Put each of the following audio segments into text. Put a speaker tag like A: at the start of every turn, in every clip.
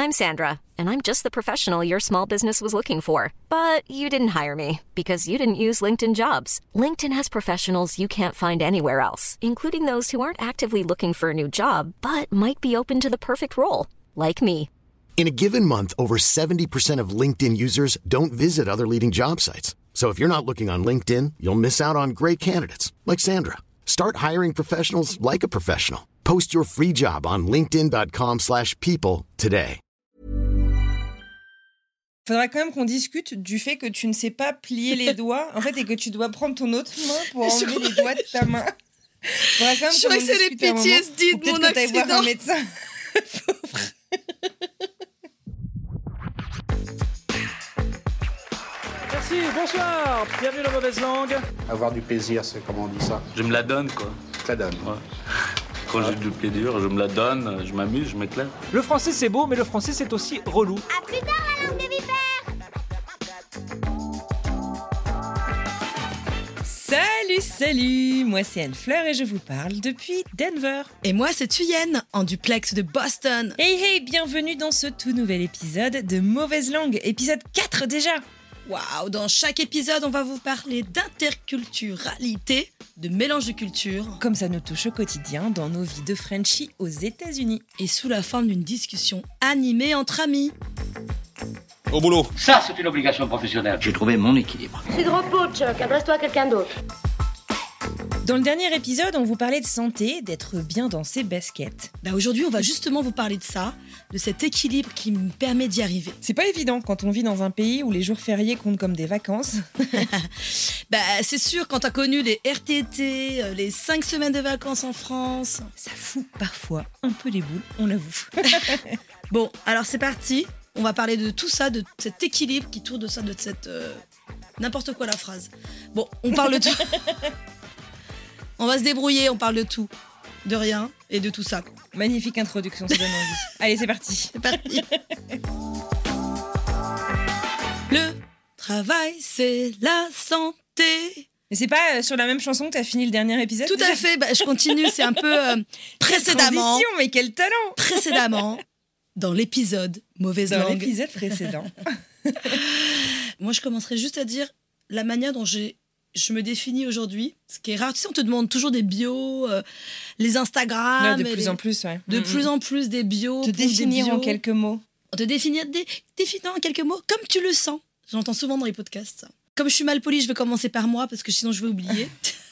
A: I'm Sandra, and I'm just the professional your small business was looking for. But you didn't hire me because you didn't use LinkedIn Jobs. LinkedIn has professionals you can't find anywhere else, including those who aren't actively looking for a new job, but might be open to the perfect role, like me.
B: In a given month, over 70% of LinkedIn users don't visit other leading job sites. So if you're not looking on LinkedIn, you'll miss out on great candidates like Sandra. Start hiring professionals like a professional. Post your free job on linkedin.com/people today.
C: Faudra quand même qu'on discute du fait que tu ne sais pas plier les doigts, en fait, et que tu dois prendre ton autre main pour enlever les doigts de ta main. Faudra quand même
D: je crois que c'est les PTSD de mon accident.
C: Peut-être que t'ailles voir un médecin.
E: Merci, bonsoir, bienvenue dans Mauvaise Langue.
F: Avoir du plaisir, c'est comment on dit ça?
G: Je me la donne, quoi.
F: Je la donne.
G: Ouais. Quand j'ai du plaisir, je me la donne, je m'amuse, je m'éclate.
E: Le français c'est beau, mais le français c'est aussi relou.
H: À plus tard, la langue des vipères.
C: Salut, moi c'est Anne Fleur et je vous parle depuis Denver.
D: Et moi c'est Thuyen, en duplex de Boston.
C: Hey, bienvenue dans ce tout nouvel épisode de Mauvaise Langue, épisode 4 déjà.
D: Waouh, dans chaque épisode, on va vous parler d'interculturalité, de mélange de cultures.
C: Comme ça nous touche au quotidien dans nos vies de Frenchie aux États-Unis.
D: Et sous la forme d'une discussion animée entre amis.
I: Au boulot.
J: Ça, c'est une obligation professionnelle.
K: J'ai trouvé mon équilibre.
H: C'est de repos, Chuck. Adresse-toi à quelqu'un d'autre.
C: Dans le dernier épisode, on vous parlait de santé, d'être bien dans ses baskets.
D: Aujourd'hui, on va justement vous parler de ça, de cet équilibre qui me permet d'y arriver.
C: C'est pas évident quand on vit dans un pays où les jours fériés comptent comme des vacances.
D: C'est sûr, quand t'as connu les RTT, les 5 semaines de vacances en France...
C: Ça fout parfois un peu les boules, on l'avoue.
D: Bon, alors c'est parti. On va parler de tout ça, de cet équilibre qui tourne de ça, de cette... N'importe quoi la phrase. Bon, on parle de tout. On va se débrouiller, on parle de tout. De rien et de tout ça.
C: Magnifique introduction, ça donne envie. Allez, c'est parti.
D: C'est parti. Le travail, c'est la santé.
C: Mais c'est pas sur la même chanson que t'as fini le dernier épisode?
D: Tout à fait, je continue, c'est un peu précédemment.
C: Transition, mais quel talent!
D: Précédemment, dans l'épisode Mauvaise Langue.
C: Dans l'épisode précédent.
D: Moi, je commencerai juste à dire la manière dont je me définis aujourd'hui, ce qui est rare. Tu sais, on te demande toujours des bios, les Instagram.
C: Ouais, de plus en plus, ouais.
D: De plus en plus des bios.
C: Te définir en quelques mots.
D: Te définir en quelques mots, comme tu le sens. J'entends souvent dans les podcasts, ça. Comme je suis mal polie, je vais commencer par moi, parce que sinon je vais oublier.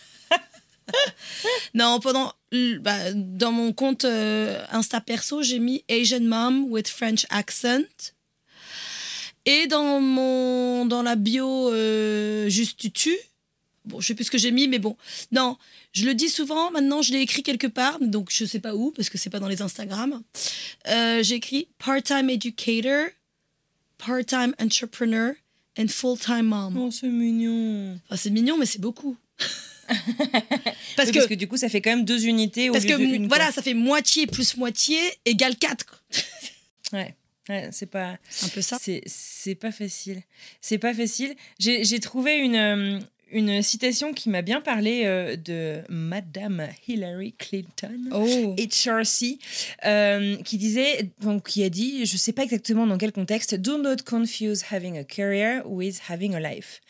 D: Non, dans mon compte Insta perso, j'ai mis Asian Mom with French accent. Et dans la bio juste tutu, bon, je sais plus ce que j'ai mis, mais bon, non, je le dis souvent, maintenant je l'ai écrit quelque part, donc je sais pas où, parce que c'est pas dans les Instagram. J'ai écrit part-time educator, part-time entrepreneur and full-time mom.
C: Oh, c'est mignon.
D: Enfin, c'est mignon, mais c'est beaucoup.
C: Parce que du coup, ça fait quand même 2 unités au lieu d'une.
D: Voilà, ça fait moitié plus moitié égale 4.
C: Ouais. Ouais, c'est pas.
D: C'est un peu ça.
C: C'est pas facile. C'est pas facile. J'ai trouvé une citation qui m'a bien parlé de Madame Hillary Clinton, HRC, qui a dit, je sais pas exactement dans quel contexte, do not confuse having a career with having a life.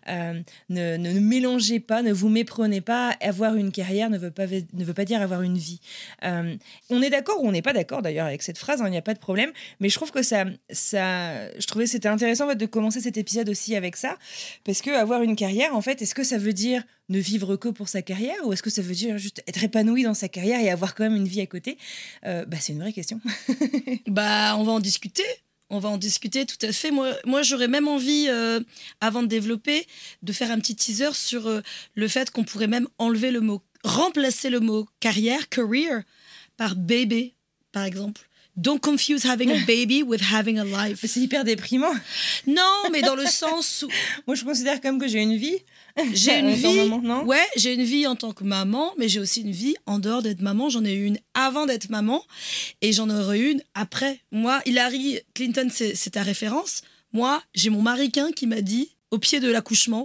C: Ne mélangez pas, ne vous méprenez pas. Avoir une carrière ne veut pas dire avoir une vie. On est d'accord ou on n'est pas d'accord d'ailleurs avec cette phrase, il n'y a pas de problème, mais je trouve que je trouvais que c'était intéressant en fait, de commencer cet épisode aussi avec ça, parce que avoir une carrière, en fait, est-ce que ça veut dire ne vivre que pour sa carrière, ou est-ce que ça veut dire juste être épanoui dans sa carrière et avoir quand même une vie à côté? C'est une vraie question.
D: On va en discuter. On va en discuter, tout à fait. Moi j'aurais même envie, avant de développer, de faire un petit teaser sur le fait qu'on pourrait même remplacer le mot carrière, career, par baby, par exemple. Don't confuse having a baby with having a life.
C: C'est hyper déprimant.
D: Non, mais dans le sens où...
C: Moi, je considère quand même que j'ai une vie.
D: J'ai une vie,
C: maman, non?
D: ouais, j'ai une vie en tant que maman, mais j'ai aussi une vie en dehors d'être maman. J'en ai eu une avant d'être maman et j'en aurai une après. Moi, Hillary Clinton, c'est ta référence. Moi, j'ai mon Maricain qui m'a dit, au pied de l'accouchement,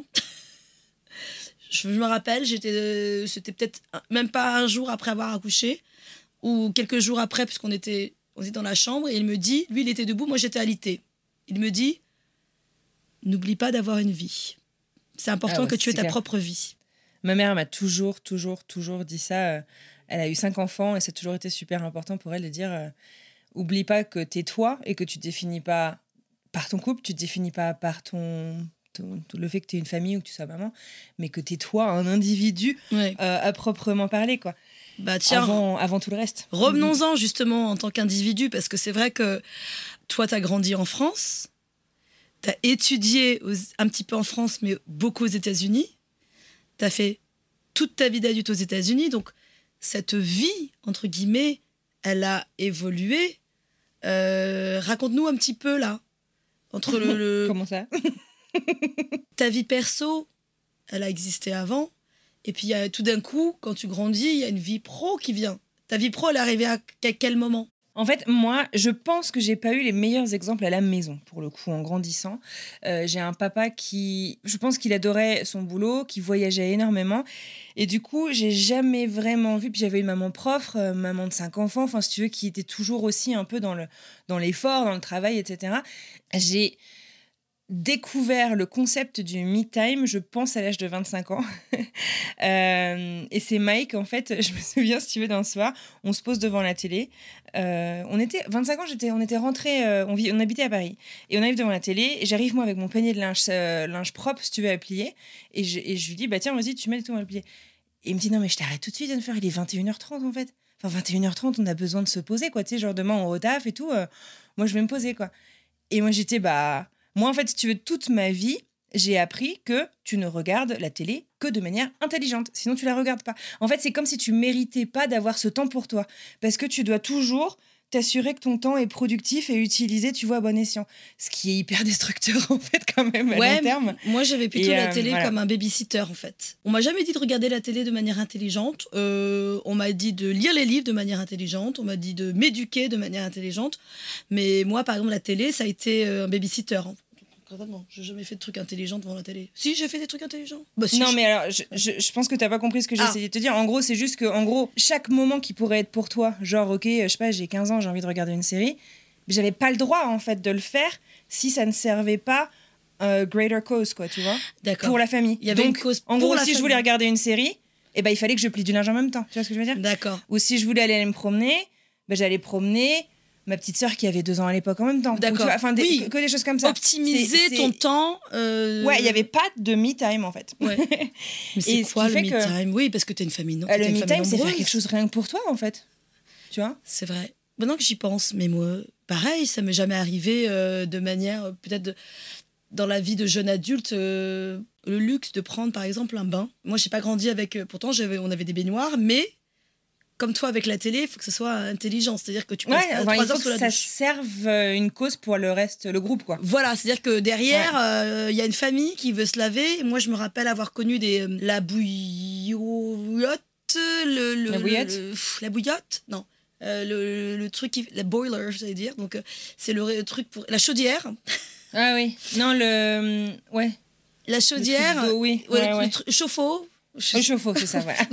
D: je me rappelle, c'était peut-être même pas un jour après avoir accouché, ou quelques jours après, puisqu'on était On est dans la chambre et il me dit, lui il était debout, moi j'étais alitée. Il me dit, n'oublie pas d'avoir une vie. C'est important que tu aies ta propre vie.
C: Ma mère m'a toujours dit ça. Elle a eu 5 enfants et ça a toujours été super important pour elle de dire oublie pas que t'es toi et que tu te définis pas par ton couple, tu te définis pas par le fait que t'es une famille ou que tu sois maman, mais que t'es toi, un individu à proprement parler, quoi.
D: Bah tiens,
C: avant tout le reste.
D: Revenons-en justement en tant qu'individu, parce que c'est vrai que toi, t'as grandi en France, t'as étudié un petit peu en France, mais beaucoup aux États-Unis. T'as fait toute ta vie d'adulte aux États-Unis, donc cette vie, entre guillemets, elle a évolué. Raconte-nous un petit peu, là, entre
C: Comment ça?
D: Ta vie perso, elle a existé avant, et puis tout d'un coup, quand tu grandis, il y a une vie pro qui vient. Ta vie pro, elle est arrivée à quel moment?
C: En fait, moi, je pense que j'ai pas eu les meilleurs exemples à la maison, pour le coup, en grandissant. J'ai un papa je pense qu'il adorait son boulot, qui voyageait énormément. Et du coup, j'ai jamais vraiment vu. Puis j'avais une maman prof, maman de 5 enfants, enfin, si tu veux, qui était toujours aussi un peu dans l'effort, dans le travail, etc. J'ai découvert le concept du me time, je pense, à l'âge de 25 ans. Et c'est Mike, en fait, je me souviens, si tu veux, d'un soir, on se pose devant la télé. On était 25 ans, on était rentrés, on habitait à Paris. Et on arrive devant la télé, et j'arrive, moi, avec mon panier de linge propre, si tu veux, à plier. Et je lui dis, bah tiens, vas-y, tu mets tout à plier. Et il me dit, non, mais je t'arrête tout de suite de le faire, il est 21h30, en fait. Enfin, 21h30, on a besoin de se poser, quoi. Tu sais, genre, demain, on retaffe et tout. Moi, je vais me poser, quoi. Et moi, j'étais, moi, en fait, si tu veux, toute ma vie, j'ai appris que tu ne regardes la télé que de manière intelligente. Sinon, tu la regardes pas. En fait, c'est comme si tu méritais pas d'avoir ce temps pour toi. Parce que tu dois toujours t'assurer que ton temps est productif et utilisé, tu vois, à bon escient. Ce qui est hyper destructeur, en fait, quand même, à long terme.
D: Moi, j'avais plutôt la télé comme un babysitter, en fait. On m'a jamais dit de regarder la télé de manière intelligente. On m'a dit de lire les livres de manière intelligente. On m'a dit de m'éduquer de manière intelligente. Mais moi, par exemple, la télé, ça a été un babysitter. Concrètement, j'ai jamais fait de trucs intelligents devant la télé. Si, j'ai fait des trucs intelligents.
C: Si, non, mais alors, je pense que t'as pas compris ce que j'essayais de te dire. En gros, c'est juste que, chaque moment qui pourrait être pour toi, genre, ok, je sais pas, j'ai 15 ans, j'ai envie de regarder une série, j'avais pas le droit, en fait, de le faire si ça ne servait pas greater cause, quoi, tu vois.
D: D'accord.
C: Pour la famille.
D: Il y avait
C: donc,
D: une cause
C: en gros, si je voulais regarder une série, il fallait que je plie du linge en même temps. Tu vois ce que je veux dire?
D: D'accord.
C: Ou si je voulais aller me promener, j'allais promener ma petite sœur qui avait 2 ans à l'époque en même temps.
D: D'accord.
C: Que des choses comme ça.
D: Optimiser ton temps.
C: Ouais, il n'y avait pas de me time en fait.
D: Ouais. Mais c'est quoi le me time? Oui, parce que tu es une famille nombreuse.
C: Le me time, c'est faire quelque chose rien que pour toi en fait. Tu vois?
D: C'est vrai. Maintenant que j'y pense, mais moi, pareil, ça m'est jamais arrivé de manière, peut-être dans la vie de jeune adulte, le luxe de prendre par exemple un bain. Moi, j'ai pas grandi avec. Pourtant, on avait des baignoires, mais. Comme toi avec la télé, il faut que ce soit intelligent. C'est-à-dire que tu passes 3 heures sous la douche.
C: Ça serve une cause pour le groupe, quoi.
D: Voilà, c'est-à-dire que derrière, y a une famille qui veut se laver. Moi, je me rappelle avoir connu la bouillotte.
C: La bouillotte
D: la bouillotte. Non. Le truc, la boiler, j'allais dire. Donc, c'est le truc pour... La chaudière.
C: Ah oui. Non, ouais.
D: La chaudière.
C: Oui.
D: Le chauffe-eau.
C: Le chauffe-eau, c'est ça, voilà.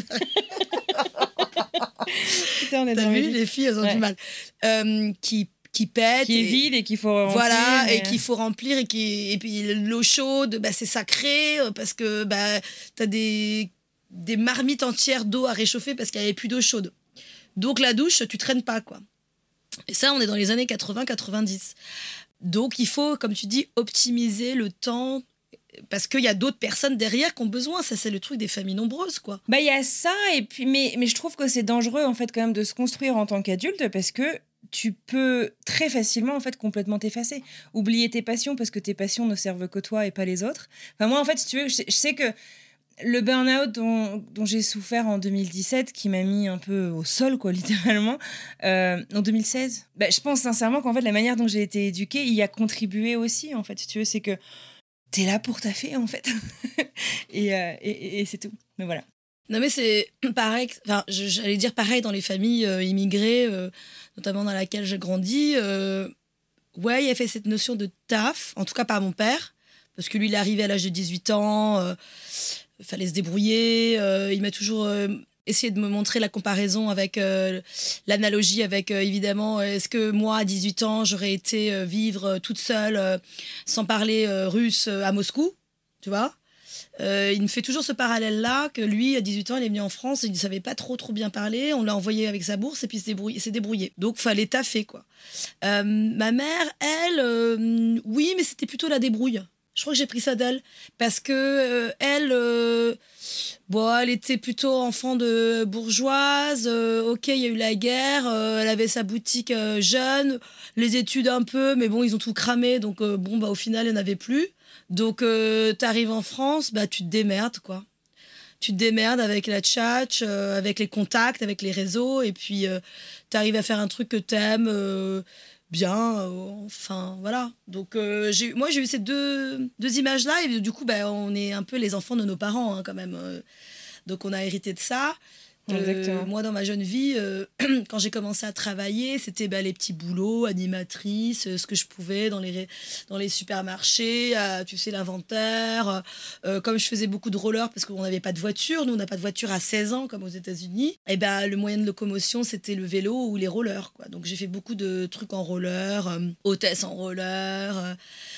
D: Putain, t'as vu, les filles, elles ont du mal. Qui pète.
C: Qui est vide et qu'il faut remplir.
D: Voilà, et qu'il faut remplir. Et puis l'eau chaude, c'est sacré parce que t'as des marmites entières d'eau à réchauffer parce qu'il n'y avait plus d'eau chaude. Donc la douche, tu traînes pas, quoi. Et ça, on est dans les années 80-90. Donc il faut, comme tu dis, optimiser le temps. Parce qu'il y a d'autres personnes derrière qui ont besoin. Ça, c'est le truc des familles nombreuses, quoi.
C: Il y a ça, et puis, mais je trouve que c'est dangereux, en fait, quand même, de se construire en tant qu'adulte, parce que tu peux très facilement, en fait, complètement t'effacer. Oublier tes passions, parce que tes passions ne servent que toi et pas les autres. Enfin, moi, en fait, si tu veux, je sais que le burn-out dont j'ai souffert en 2017, qui m'a mis un peu au sol, quoi, littéralement, en 2016, je pense sincèrement qu'en fait, la manière dont j'ai été éduquée y a contribué aussi, en fait, si tu veux, c'est que t'es là pour taffer, en fait. et c'est tout. Mais voilà.
D: Non, mais c'est pareil. Enfin, j'allais dire pareil dans les familles immigrées, notamment dans laquelle j'ai grandi. Ouais, il y a fait cette notion de taf, en tout cas par mon père, parce que lui, il est arrivé à l'âge de 18 ans, il fallait se débrouiller. Il m'a toujours essayer de me montrer la comparaison avec l'analogie avec, évidemment, est-ce que moi, à 18 ans, j'aurais été vivre toute seule sans parler russe à Moscou, tu vois. Il me fait toujours ce parallèle-là, que lui, à 18 ans, il est venu en France, il ne savait pas trop bien parler, on l'a envoyé avec sa bourse et puis il s'est débrouillé. Donc, fallait taffer, quoi. Ma mère, elle, oui, mais c'était plutôt la débrouille. Je crois que j'ai pris ça d'elle, parce que elle était plutôt enfant de bourgeoise, ok, il y a eu la guerre, elle avait sa boutique jeune, les études un peu, mais bon, ils ont tout cramé, donc au final, il n'y en avait plus. Donc, t'arrives en France, tu te démerdes, quoi. Tu te démerdes avec la tchatch, avec les contacts, avec les réseaux, et puis t'arrives à faire un truc que t'aimes bien, enfin, voilà. Donc, j'ai eu ces deux images-là, et du coup, on est un peu les enfants de nos parents, hein, quand même. Donc, on a hérité de ça. Moi, dans ma jeune vie, quand j'ai commencé à travailler, c'était les petits boulots, animatrice, ce que je pouvais dans les supermarchés, tu sais, l'inventaire. Comme je faisais beaucoup de roller, parce qu'on n'avait pas de voiture, nous, on n'a pas de voiture à 16 ans, comme aux États-Unis, et le moyen de locomotion, c'était le vélo ou les rollers, quoi. Donc, j'ai fait beaucoup de trucs en roller, hôtesse en roller.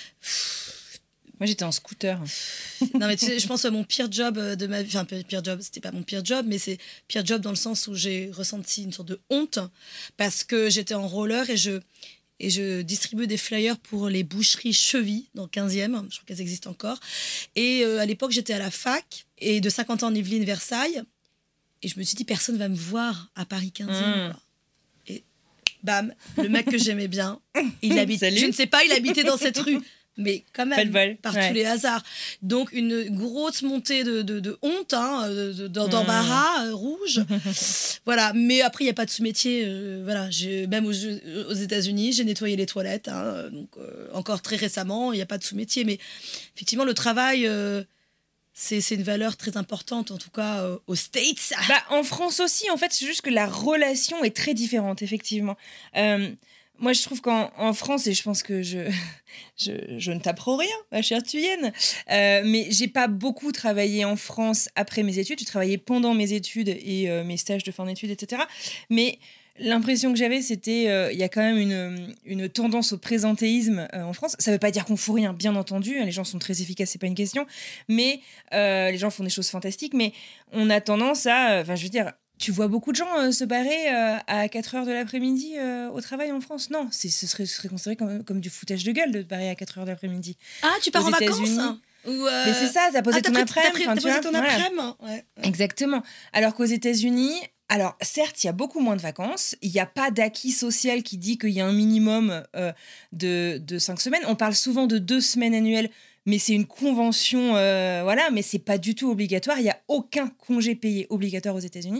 C: Moi, j'étais en scooter.
D: Non, mais tu sais, je pense à mon pire job de ma vie. Enfin, pire job, c'était pas mon pire job, mais c'est pire job dans le sens où j'ai ressenti une sorte de honte parce que j'étais en roller et je distribuais des flyers pour les boucheries Chevy dans le 15e. Je crois qu'elles existent encore. Et à l'époque, j'étais à la fac et de 50 ans en Yvelines, Versailles. Et je me suis dit, personne va me voir à Paris 15e. Quoi. Et bam, le mec que j'aimais bien, il habite. Je ne sais pas, il habitait dans cette rue. Mais quand même, par tous les hasards. Donc, une grosse montée de honte, hein, d'embarras rouge. Voilà. Mais après, il n'y a pas de sous-métier. Voilà. Même aux États-Unis, j'ai nettoyé les toilettes. Hein, donc, encore très récemment, il n'y a pas de sous-métier. Mais effectivement, le travail, c'est une valeur très importante, en tout cas aux States.
C: En France aussi, en fait, c'est juste que la relation est très différente, effectivement. Moi, je trouve qu'en France, et je pense que je ne t'apprends rien, ma chère Thuyen, mais j'ai pas beaucoup travaillé en France après mes études. J'ai travaillé pendant mes études et mes stages de fin d'études, etc. Mais l'impression que j'avais, c'était il y a quand même une tendance au présentéisme en France. Ça veut pas dire qu'on fout rien, bien entendu. Les gens sont très efficaces, c'est pas une question. Mais les gens font des choses fantastiques. Mais on a tendance à... je veux dire... Tu vois beaucoup de gens se barrer à 4h de l'après-midi au travail en France. Non, ce serait considéré comme du foutage de gueule de te barrer à 4h de l'après-midi.
D: Ah, tu pars en vacances
C: Mais c'est ça, t'as posé ton après-midi.
D: T'as posé ton après-midi. Ouais.
C: Exactement. Alors qu'aux États-Unis, certes, il y a beaucoup moins de vacances. Il n'y a pas d'acquis social qui dit qu'il y a un minimum de 5 semaines. On parle souvent de 2 semaines annuelles. Mais c'est une convention, mais c'est pas du tout obligatoire. Il n'y a aucun congé payé obligatoire aux États-Unis.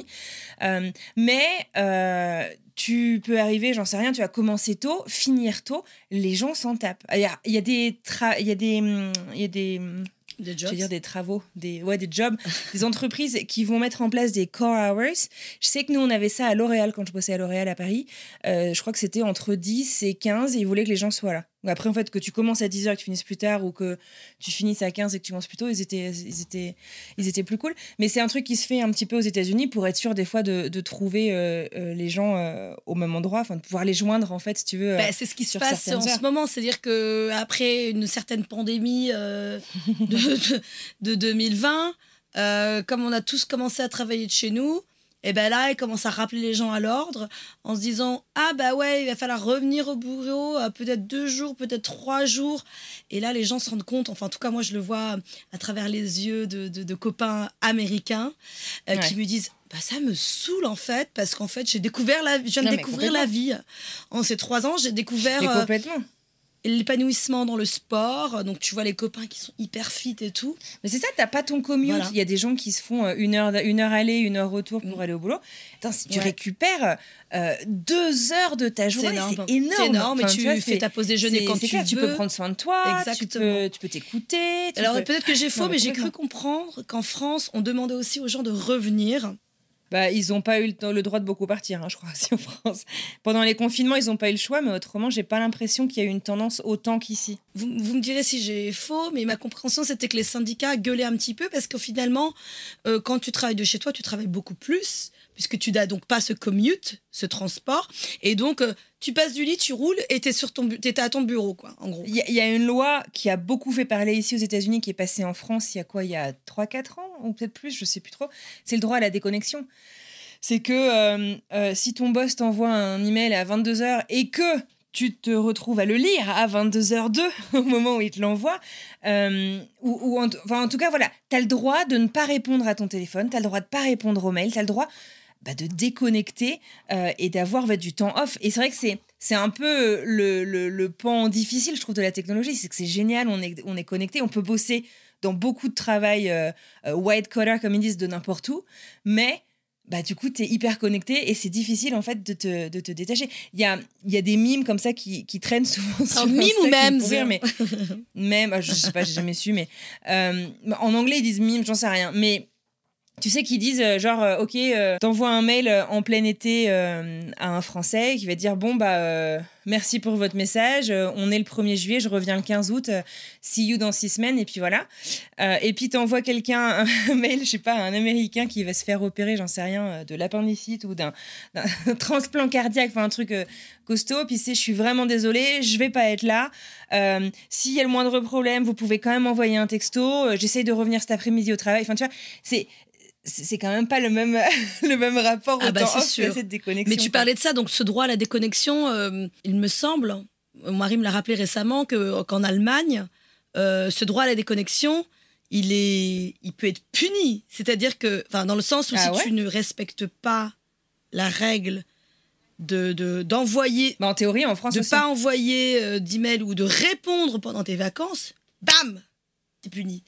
C: Tu peux arriver, j'en sais rien, tu vas commencer tôt, finir tôt, les gens s'en tapent. Il y a des
D: Des jobs.
C: Je veux dire des travaux, des jobs, des entreprises qui vont mettre en place des core hours. Je sais que nous, on avait ça à L'Oréal, quand je bossais à L'Oréal à Paris. Je crois que c'était entre 10 et 15 et ils voulaient que les gens soient là. Après, en fait, que tu commences à 10h et que tu finisses plus tard ou que tu finisses à 15 et que tu commences plus tôt, ils étaient plus cool. Mais c'est un truc qui se fait un petit peu aux États-Unis pour être sûr des fois de trouver les gens au même endroit, de pouvoir les joindre, en fait, si tu veux.
D: C'est ce qui se passe en ce moment. C'est-à-dire qu'après une certaine pandémie de 2020, comme on a tous commencé à travailler de chez nous, et là, ils commencent à rappeler les gens à l'ordre en se disant « Ah il va falloir revenir au bureau, peut-être 2 jours, peut-être 3 jours. » Et là, les gens se rendent compte, enfin en tout cas moi je le vois à travers les yeux de copains américains qui me disent « Ça me saoule en fait, parce qu'en fait je viens de découvrir la vie. En ces 3 ans, j'ai découvert...
C: complètement.
D: L'épanouissement dans le sport, donc tu vois les copains qui sont hyper fit et tout.
C: Mais c'est ça, t'as pas ton commute. Voilà. Il y a des gens qui se font 1 heure aller, 1 heure retour pour aller au boulot. Attends, si tu récupères 2 heures de ta journée, c'est énorme.
D: C'est énorme, mais tu fais ta pause déjeuner quand tu veux.
C: Tu peux prendre soin de toi, tu peux t'écouter.
D: Alors peut-être que j'ai faux, mais j'ai cru comprendre qu'en France, on demandait aussi aux gens de revenir.
C: Ils n'ont pas eu le droit de beaucoup partir, je crois, aussi en France. Pendant les confinements, ils n'ont pas eu le choix, mais autrement, j'ai pas l'impression qu'il y a eu une tendance autant qu'ici.
D: vous me direz si j'ai faux, mais ma compréhension, c'était que les syndicats gueulaient un petit peu parce que finalement, quand tu travailles de chez toi, tu travailles beaucoup plus, puisque tu n'as donc pas ce commute, ce transport. Et donc, tu passes du lit, tu roules et t'es à ton bureau, quoi, en gros.
C: Il y a une loi qui a beaucoup fait parler ici aux États-Unis, qui est passée en France il y a 3-4 ans, ou peut-être plus, je ne sais plus trop. C'est le droit à la déconnexion. C'est que si ton boss t'envoie un email à 22h et que tu te retrouves à le lire à 22h02 au moment où il te l'envoie, en tout cas, voilà, tu as le droit de ne pas répondre à ton téléphone, tu as le droit de ne pas répondre aux mails, tu as le droit de déconnecter et d'avoir du temps off. Et c'est vrai que c'est un peu le pan difficile, je trouve, de la technologie, c'est que c'est génial, on est connecté, on peut bosser dans beaucoup de travail white collar, comme ils disent, de n'importe où, mais du coup, tu es hyper connecté et c'est difficile, en fait, de te détacher. Il y a des mimes comme ça qui traînent souvent sur
D: un mime ou même
C: même, je sais pas, j'ai jamais su, mais en anglais, ils disent mime, j'en sais rien. Mais tu sais qu'ils disent OK, t'envoies un mail en plein été à un Français qui va te dire merci pour votre message, on est le 1er juillet, je reviens le 15 août, see you dans 6 semaines, et puis voilà. Et puis t'envoies quelqu'un un mail, je sais pas, un Américain qui va se faire opérer, j'en sais rien, de l'appendicite ou d'un transplant cardiaque, enfin un truc costaud, puis je suis vraiment désolée, je vais pas être là. S'il y a le moindre problème, vous pouvez quand même envoyer un texto, j'essaye de revenir cet après-midi au travail, enfin tu vois, c'est quand même pas le même rapport au temps off que cette déconnexion.
D: Mais tu parlais de ça, donc ce droit à la déconnexion, il me semble, mon mari me l'a rappelé récemment, qu'en Allemagne, ce droit à la déconnexion, il peut être puni. C'est-à-dire que, dans le sens où tu ne respectes pas la règle d'envoyer...
C: en théorie, en France
D: de
C: aussi.
D: pas envoyer d'email ou de répondre pendant tes vacances, bam, t'es puni.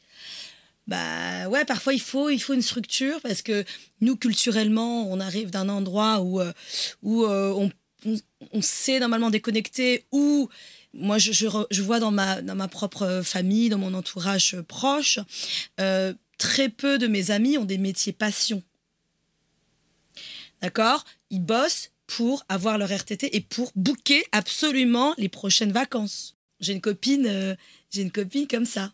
D: Parfois il faut une structure parce que nous culturellement on arrive d'un endroit où on sait normalement déconnecter, où moi je vois dans ma propre famille, dans mon entourage proche, très peu de mes amis ont des métiers passion. D'accord ? Ils bossent pour avoir leur RTT et pour booker absolument les prochaines vacances. J'ai une copine comme ça.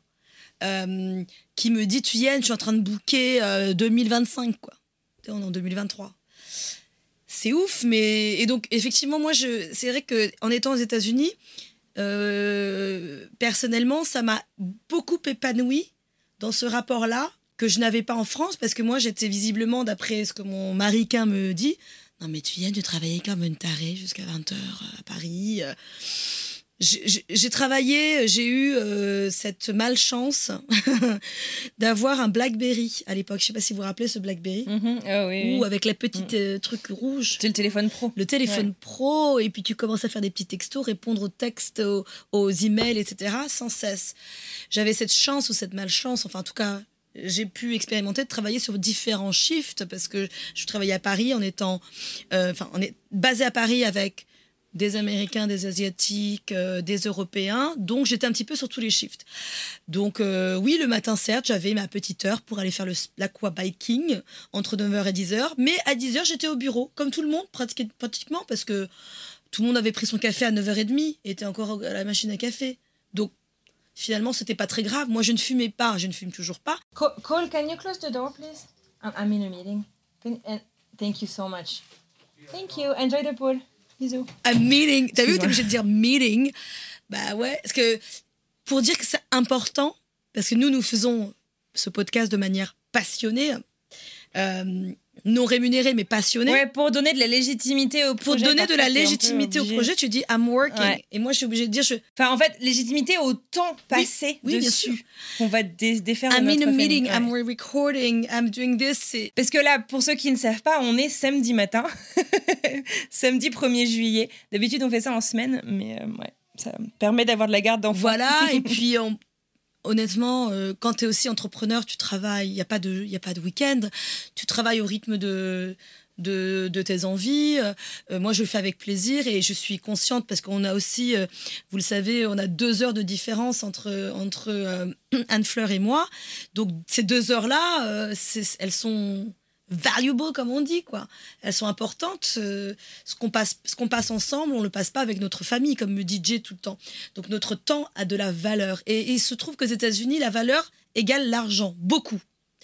D: Qui me dit Thuyen, je suis en train de booker 2025 quoi. On est en 2023. C'est ouf, mais et donc effectivement moi c'est vrai que en étant aux États-Unis, personnellement ça m'a beaucoup épanoui dans ce rapport-là que je n'avais pas en France, parce que moi j'étais visiblement, d'après ce que mon maricain me dit, non mais Thuyen, tu travaillais comme une tarée jusqu'à 20h à Paris. J'ai travaillé, j'ai eu cette malchance d'avoir un BlackBerry à l'époque. Je ne sais pas si vous vous rappelez ce BlackBerry.
C: Oui.
D: Ou avec la petite truc rouge.
C: C'était le téléphone pro.
D: Le téléphone pro, et puis tu commences à faire des petits textos, répondre aux textes, aux emails, etc. sans cesse. J'avais cette chance ou cette malchance, enfin en tout cas, j'ai pu expérimenter de travailler sur différents shifts, parce que je travaillais à Paris on est basé à Paris avec des Américains, des Asiatiques, des Européens. Donc, j'étais un petit peu sur tous les shifts. Donc, oui, le matin, certes, j'avais ma petite heure pour aller faire l'aquabiking entre 9h et 10h. Mais à 10h, j'étais au bureau, comme tout le monde, pratiquement, parce que tout le monde avait pris son café à 9h30 et était encore à la machine à café. Donc, finalement, c'était pas très grave. Moi, je ne fumais pas, je ne fume toujours pas.
C: Cole, can you close the door, please? I'm in a meeting. Thank you so much. Thank you. Enjoy the pool. Bisous.
D: Un meeting. T'as vu, t'es obligé de dire meeting. Ouais, parce que pour dire que c'est important, parce que nous faisons ce podcast de manière passionnée, non rémunérée, mais passionnée.
C: Ouais, pour donner de la légitimité au projet.
D: Pour donner de la légitimité au projet, tu dis I'm working.
C: Ouais.
D: Et moi, je suis obligée de dire...
C: Enfin, en fait, légitimité au temps passé
D: oui,
C: dessus. On va défaire
D: I'm
C: notre
D: in a meeting,
C: ouais.
D: I'm recording, I'm doing this.
C: Parce que là, pour ceux qui ne savent pas, on est samedi matin. Samedi 1er juillet. D'habitude, on fait ça en semaine, mais ça permet d'avoir de la garde d'enfants.
D: Voilà, et puis... Honnêtement, quand tu es aussi entrepreneur, tu travailles, il n'y a pas de week-end, tu travailles au rythme de tes envies. Moi, je le fais avec plaisir et je suis consciente parce qu'on a aussi, vous le savez, on a 2 heures de différence entre Anne-Fleur et moi. Donc, ces 2 heures-là, elles sont valuable, comme on dit, quoi. Elles sont importantes. Ce qu'on passe ensemble, on le passe pas avec notre famille, comme me dit Jay tout le temps. Donc notre temps a de la valeur. Et il se trouve qu'aux États-Unis, la valeur égale l'argent, beaucoup.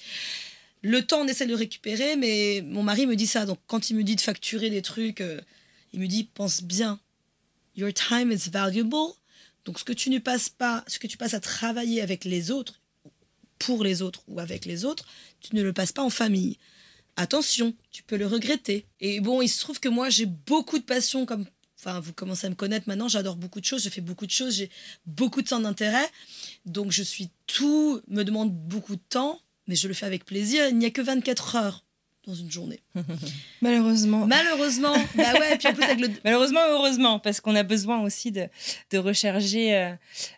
D: Le temps, on essaie de le récupérer, mais mon mari me dit ça. Donc quand il me dit de facturer des trucs, il me dit, pense bien. Your time is valuable. Donc ce que tu passes à travailler avec les autres, pour les autres ou avec les autres, tu ne le passes pas en famille. Attention, tu peux le regretter. Et bon, il se trouve que moi, j'ai beaucoup de passion, vous commencez à me connaître maintenant, j'adore beaucoup de choses, je fais beaucoup de choses, j'ai beaucoup de centres d'intérêt. Donc tout me demande beaucoup de temps, mais je le fais avec plaisir. Il n'y a que 24 heures dans une journée.
C: Malheureusement.
D: Bah ouais, et puis en plus avec
C: Malheureusement, heureusement, parce qu'on a besoin aussi de recharger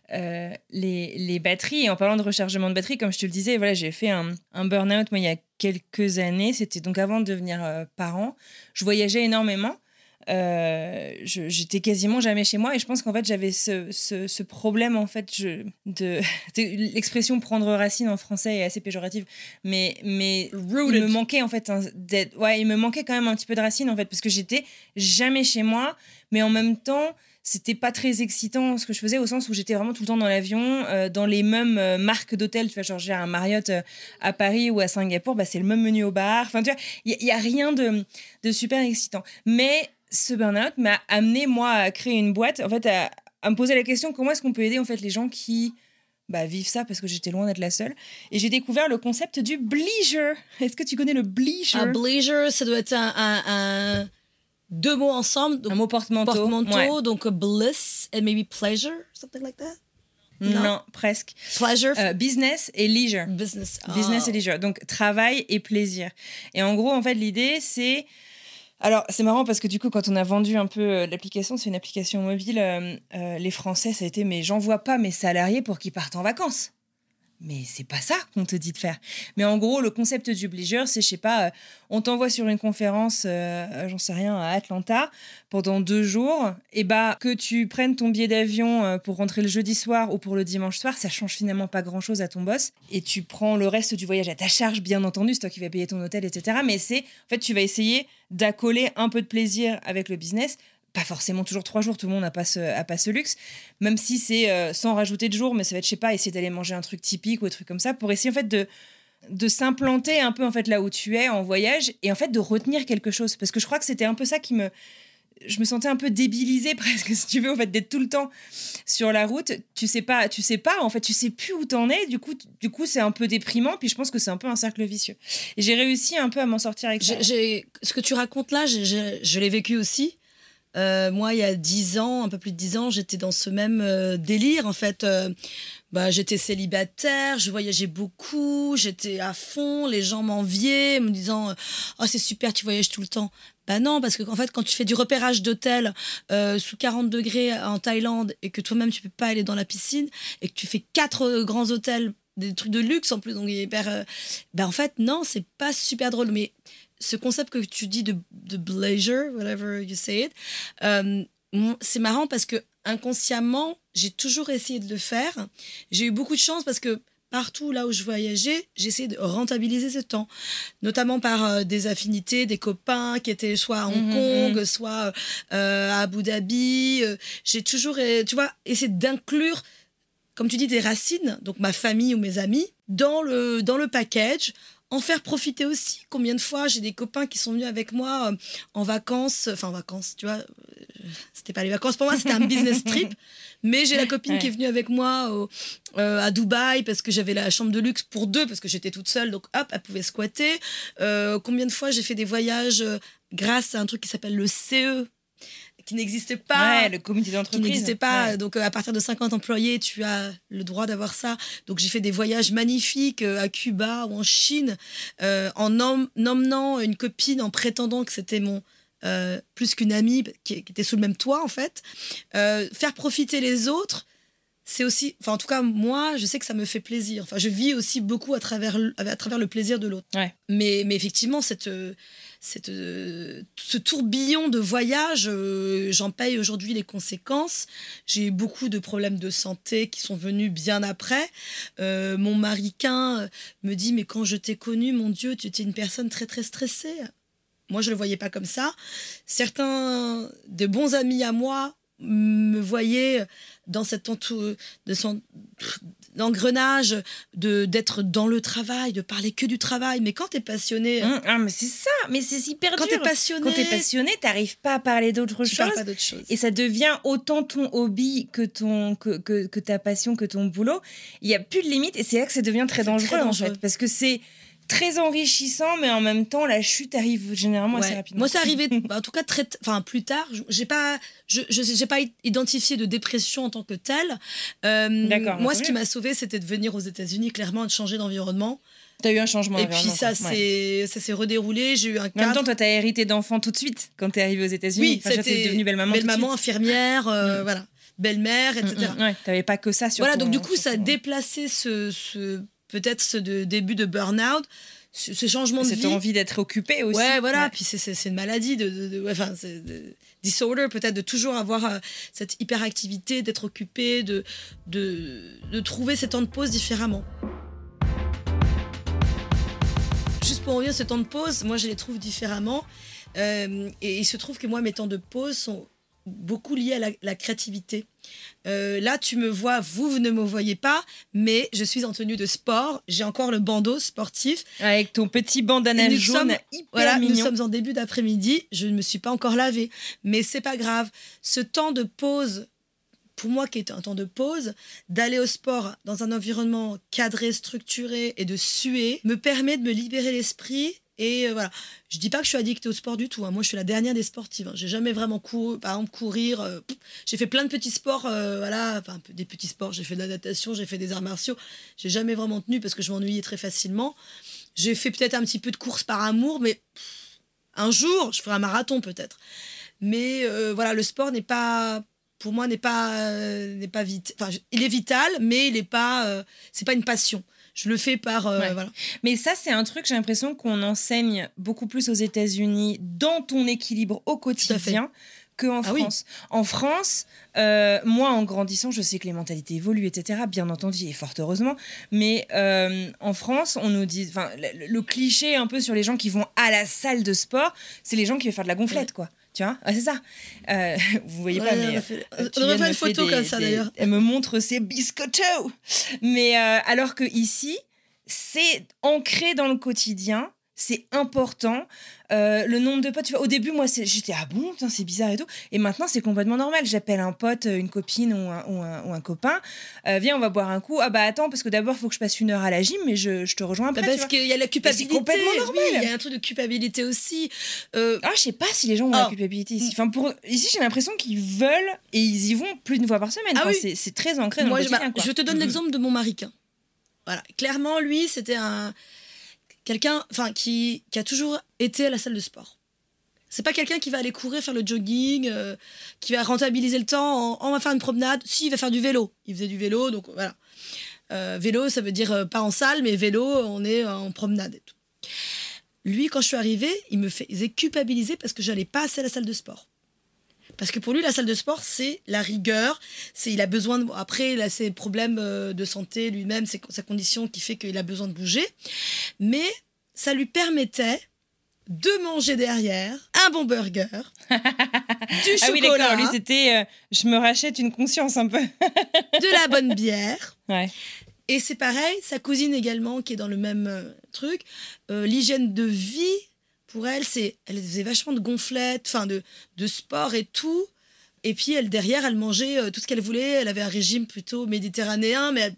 C: les batteries. Et en parlant de rechargement de batterie, comme je te le disais, voilà, j'ai fait un burn-out moi, il y a quelques années. C'était donc avant de devenir parent. Je voyageais énormément. J'étais quasiment jamais chez moi et je pense qu'en fait j'avais ce problème en fait l'expression prendre racine en français est assez péjorative mais il me manquait en fait il me manquait quand même un petit peu de racine en fait parce que j'étais jamais chez moi mais en même temps c'était pas très excitant ce que je faisais au sens où j'étais vraiment tout le temps dans l'avion dans les mêmes marques d'hôtels, tu vois, genre j'ai un Marriott à Paris ou à Singapour, bah c'est le même menu au bar, enfin tu vois, il y a rien de super excitant. Mais ce burn-out m'a amené moi à créer une boîte, en fait à me poser la question comment est-ce qu'on peut aider en fait les gens qui vivent ça, parce que j'étais loin d'être la seule. Et j'ai découvert le concept du bleisure. Est-ce que tu connais le bleisure?
D: Un bleisure, ça doit être un deux mots ensemble, donc
C: un mot porte-manteau,
D: ouais. Donc bliss and maybe pleasure, something like that.
C: Non, presque.
D: Pleasure.
C: Business et leisure.
D: Business
C: et leisure. Donc travail et plaisir. Et en gros, en fait, l'idée c'est alors, c'est marrant parce que du coup, quand on a vendu un peu l'application, c'est une application mobile, les Français, ça a été mais j'envoie pas mes salariés pour qu'ils partent en vacances. Mais c'est pas ça qu'on te dit de faire. Mais en gros, le concept du bleisure, c'est, je sais pas, on t'envoie sur une conférence, j'en sais rien, à Atlanta, pendant 2 jours, et que tu prennes ton billet d'avion pour rentrer le jeudi soir ou pour le dimanche soir, ça change finalement pas grand-chose à ton boss. Et tu prends le reste du voyage à ta charge, bien entendu, c'est toi qui vas payer ton hôtel, etc. Mais c'est, en fait, tu vas essayer d'accoler un peu de plaisir avec le business. Pas forcément toujours 3 jours, tout le monde n'a pas ce luxe, même si c'est sans rajouter de jours, mais ça va être, je sais pas, essayer d'aller manger un truc typique ou des trucs comme ça, pour essayer en fait de s'implanter un peu en fait là où tu es en voyage et en fait de retenir quelque chose, parce que je crois que c'était un peu ça je me sentais un peu débilisée presque, si tu veux, en fait, d'être tout le temps sur la route. Tu sais pas, en fait, tu sais plus où t'en es. Du coup, c'est un peu déprimant. Puis je pense que c'est un peu un cercle vicieux. Et j'ai réussi un peu à m'en sortir avec ça.
D: Ce que tu racontes là, je l'ai vécu aussi. Moi, il y a 10 ans, un peu plus de 10 ans, j'étais dans ce même délire. En fait, j'étais célibataire, je voyageais beaucoup, j'étais à fond, les gens m'enviaient, me disant « Oh, c'est super, tu voyages tout le temps ». Bah non, parce que en fait, quand tu fais du repérage d'hôtel sous 40 degrés en Thaïlande et que toi-même, tu peux pas aller dans la piscine et que tu fais 4 grands hôtels, des trucs de luxe en plus, donc hyper... en fait, non, c'est pas super drôle, mais... Ce concept que tu dis de bleisure, whatever you say it, c'est marrant parce que inconsciemment, j'ai toujours essayé de le faire. J'ai eu beaucoup de chance parce que partout là où je voyageais, j'essayais de rentabiliser ce temps, notamment par des affinités, des copains qui étaient soit à Hong Kong, soit à Abu Dhabi. J'ai toujours, essayé d'inclure, comme tu dis, des racines, donc ma famille ou mes amis, dans le package. En faire profiter aussi. Combien de fois j'ai des copains qui sont venus avec moi en vacances, tu vois, c'était pas les vacances pour moi, c'était un business trip, mais j'ai la copine qui est venue avec moi à Dubaï parce que j'avais la chambre de luxe pour 2 parce que j'étais toute seule, donc hop, elle pouvait squatter. Combien de fois j'ai fait des voyages grâce à un truc qui s'appelle le CE, qui n'existait pas.
C: Ouais, le comité d'entreprise.
D: Qui n'existait pas. Ouais. Donc, à partir de 50 employés, tu as le droit d'avoir ça. Donc, j'ai fait des voyages magnifiques à Cuba ou en Chine en emmenant une copine, en prétendant que c'était plus qu'une amie qui était sous le même toit, en fait. Faire profiter les autres, c'est aussi, enfin en tout cas moi, je sais que ça me fait plaisir. Enfin, je vis aussi beaucoup à travers le plaisir de l'autre.
C: Ouais.
D: Mais effectivement, ce tourbillon de voyage, j'en paye aujourd'hui les conséquences. J'ai eu beaucoup de problèmes de santé qui sont venus bien après. Mon mariquin me dit, mais quand je t'ai connu, mon Dieu, tu étais une personne très très stressée. Moi, je le voyais pas comme ça. Certains de bons amis à moi me voyaient dans cet engrenage d'être dans le travail, de parler que du travail. Mais quand t'es passionné...
C: mais c'est ça, mais c'est hyper
D: quand
C: dur.
D: T'es passionné,
C: quand t'es passionné, t'arrives pas à parler d'autre chose.
D: Parles pas d'autre chose.
C: Et ça devient autant ton hobby que ta passion, que ton boulot. Il y a plus de limite et c'est là que ça devient très dangereux en fait. Parce que c'est très enrichissant, mais en même temps, la chute arrive généralement assez rapidement.
D: Moi, c'est arrivé, en tout cas, plus tard. J'ai pas identifié de dépression en tant que telle.
C: D'accord.
D: Moi, ce qui m'a sauvée, c'était de venir aux États-Unis, clairement, de changer d'environnement.
C: T'as eu un changement
D: d'environnement. Et puis, ça s'est redéroulé. J'ai eu un cadre.
C: En même temps, toi, t'as hérité d'enfants tout de suite quand t'es arrivée aux États-Unis.
D: Oui,
C: c'était devenue belle-maman.
D: Belle-maman, infirmière, voilà. Belle-mère, etc.
C: Ouais, t'avais pas que ça sur
D: Voilà, donc du coup, ça a déplacé peut-être ce début de burn-out, ce changement de vie.
C: Cette envie d'être occupée aussi.
D: Ouais, voilà. Ouais. Puis c'est une maladie disorder, peut-être, de toujours avoir cette hyperactivité, d'être occupé, de trouver ces temps de pause différemment. Juste pour en revenir, ce temps de pause, moi, je les trouve différemment. Et il se trouve que moi, mes temps de pause sont beaucoup liés à la créativité. Là, tu me vois, vous ne me voyez pas, mais je suis en tenue de sport. J'ai encore le bandeau sportif.
C: Avec ton petit bandana jaune hyper mignon.
D: Nous sommes en début d'après-midi. Je ne me suis pas encore lavée. Mais c'est pas grave. Ce temps de pause, pour moi qui est un temps de pause, d'aller au sport dans un environnement cadré, structuré et de suer, me permet de me libérer l'esprit. Et voilà, je dis pas que je suis addictée au sport du tout. Moi, je suis la dernière des sportives. J'ai jamais vraiment couru, par exemple courir. J'ai fait plein de petits sports, des petits sports. J'ai fait de la natation, j'ai fait des arts martiaux. J'ai jamais vraiment tenu parce que je m'ennuyais très facilement. J'ai fait peut-être un petit peu de course par amour, mais un jour, je ferai un marathon peut-être. Mais voilà, le sport pour moi, n'est pas vite. Enfin, il est vital, mais il est pas. C'est pas une passion. Je le fais par... voilà.
C: Mais ça, c'est un truc, j'ai l'impression qu'on enseigne beaucoup plus aux États-Unis dans ton équilibre au quotidien qu'en France. Oui. En France, moi, en grandissant, je sais que les mentalités évoluent, etc., bien entendu, et fort heureusement, mais en France, on nous dit... Le cliché un peu sur les gens qui vont à la salle de sport, c'est les gens qui veulent faire de la gonflette, quoi. Tu vois, c'est ça. Vous voyez pas, mais
D: on devrait faire une photo comme ça d'ailleurs.
C: Elle me montre ses biscottos. Mais alors que ici, c'est ancré dans le quotidien, c'est important. Le nombre de potes, tu vois, au début, moi, j'étais bon, putain, c'est bizarre et tout. Et maintenant, c'est complètement normal. J'appelle un pote, une copine ou un copain. Viens, on va boire un coup. Ah bah attends, parce que d'abord, il faut que je passe 1 heure à la gym, mais je te rejoins après.
D: Parce qu'il y a la culpabilité.
C: C'est complètement normal.
D: Oui, il y a un truc de culpabilité aussi.
C: Je sais pas si les gens ont la culpabilité ici. Enfin, ici, j'ai l'impression qu'ils veulent et ils y vont plus d'1 fois par semaine. Oui. C'est très ancré dans le quotidien.
D: Je te donne l'exemple de mon mariquin. Voilà. Clairement, lui, c'était quelqu'un qui a toujours été à la salle de sport. C'est pas quelqu'un qui va aller courir, faire le jogging, qui va rentabiliser le temps, on va faire une promenade. Si, il va faire du vélo. Il faisait du vélo, donc voilà. Vélo, ça veut dire pas en salle, mais vélo, on est en promenade et tout. Lui, quand je suis arrivée, il me faisait culpabiliser parce que j'allais pas assez à la salle de sport. Parce que pour lui, la salle de sport, c'est la rigueur. Il a besoin de... Après, il a ses problèmes de santé lui-même, sa condition qui fait qu'il a besoin de bouger. Mais ça lui permettait de manger derrière un bon burger, du chocolat.
C: Ah oui, d'accord. Lui, c'était je me rachète une conscience un peu.
D: De la bonne bière.
C: Ouais.
D: Et c'est pareil, sa cousine également, qui est dans le même truc. L'hygiène de vie... Pour elle, elle faisait vachement de gonflettes, de sport et tout. Et puis, derrière, elle mangeait tout ce qu'elle voulait. Elle avait un régime plutôt méditerranéen, mais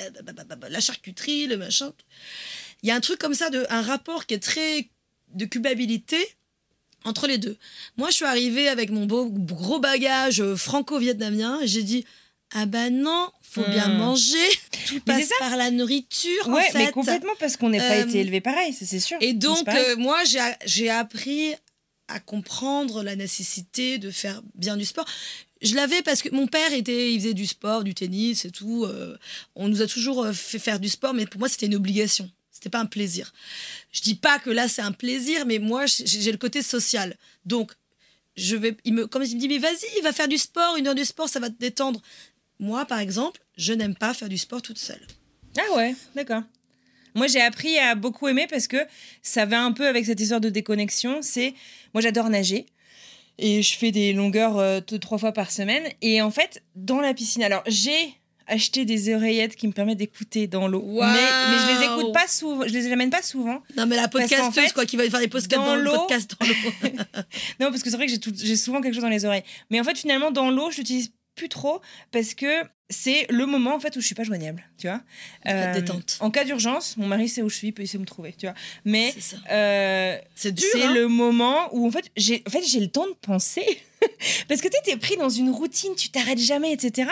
D: la charcuterie, le machin. Il y a un truc comme ça, un rapport qui est très de culpabilité entre les deux. Moi, je suis arrivée avec mon gros bagage franco-vietnamien et j'ai dit... Ah bah non, faut bien manger. Tout passe par la nourriture, en fait.
C: Mais complètement, parce qu'on n'est pas été élevé pareil, c'est sûr.
D: Et donc, moi, j'ai appris à comprendre la nécessité de faire bien du sport. Je l'avais parce que mon père il faisait du sport, du tennis et tout. On nous a toujours fait faire du sport, mais pour moi, c'était une obligation. C'était pas un plaisir. Je dis pas que là, c'est un plaisir, mais moi, j'ai le côté social. Donc, comme il me dit, mais vas-y, va faire du sport, 1 heure de sport, ça va te détendre. Moi, par exemple, je n'aime pas faire du sport toute seule.
C: Ah ouais, d'accord. Moi, j'ai appris à beaucoup aimer parce que ça va un peu avec cette histoire de déconnexion. Moi, j'adore nager. Et je fais des longueurs 3 fois par semaine. Et en fait, dans la piscine, alors j'ai acheté des oreillettes qui me permettent d'écouter dans l'eau.
D: Wow.
C: Mais je les écoute pas souvent, je les amène pas souvent.
D: Non, mais la podcasteuse, qui va faire des podcasts dans l'eau.
C: Non, parce que c'est vrai que j'ai souvent quelque chose dans les oreilles. Mais en fait, finalement, dans l'eau, je l'utilise plus trop parce que c'est le moment en fait où je suis pas joignable, tu vois.
D: Détente.
C: En cas d'urgence, mon mari sait où je suis, il sait me trouver, tu vois. Mais
D: c'est dur.
C: C'est le moment où en fait j'ai le temps de penser parce que t'es pris dans une routine, tu t'arrêtes jamais, etc.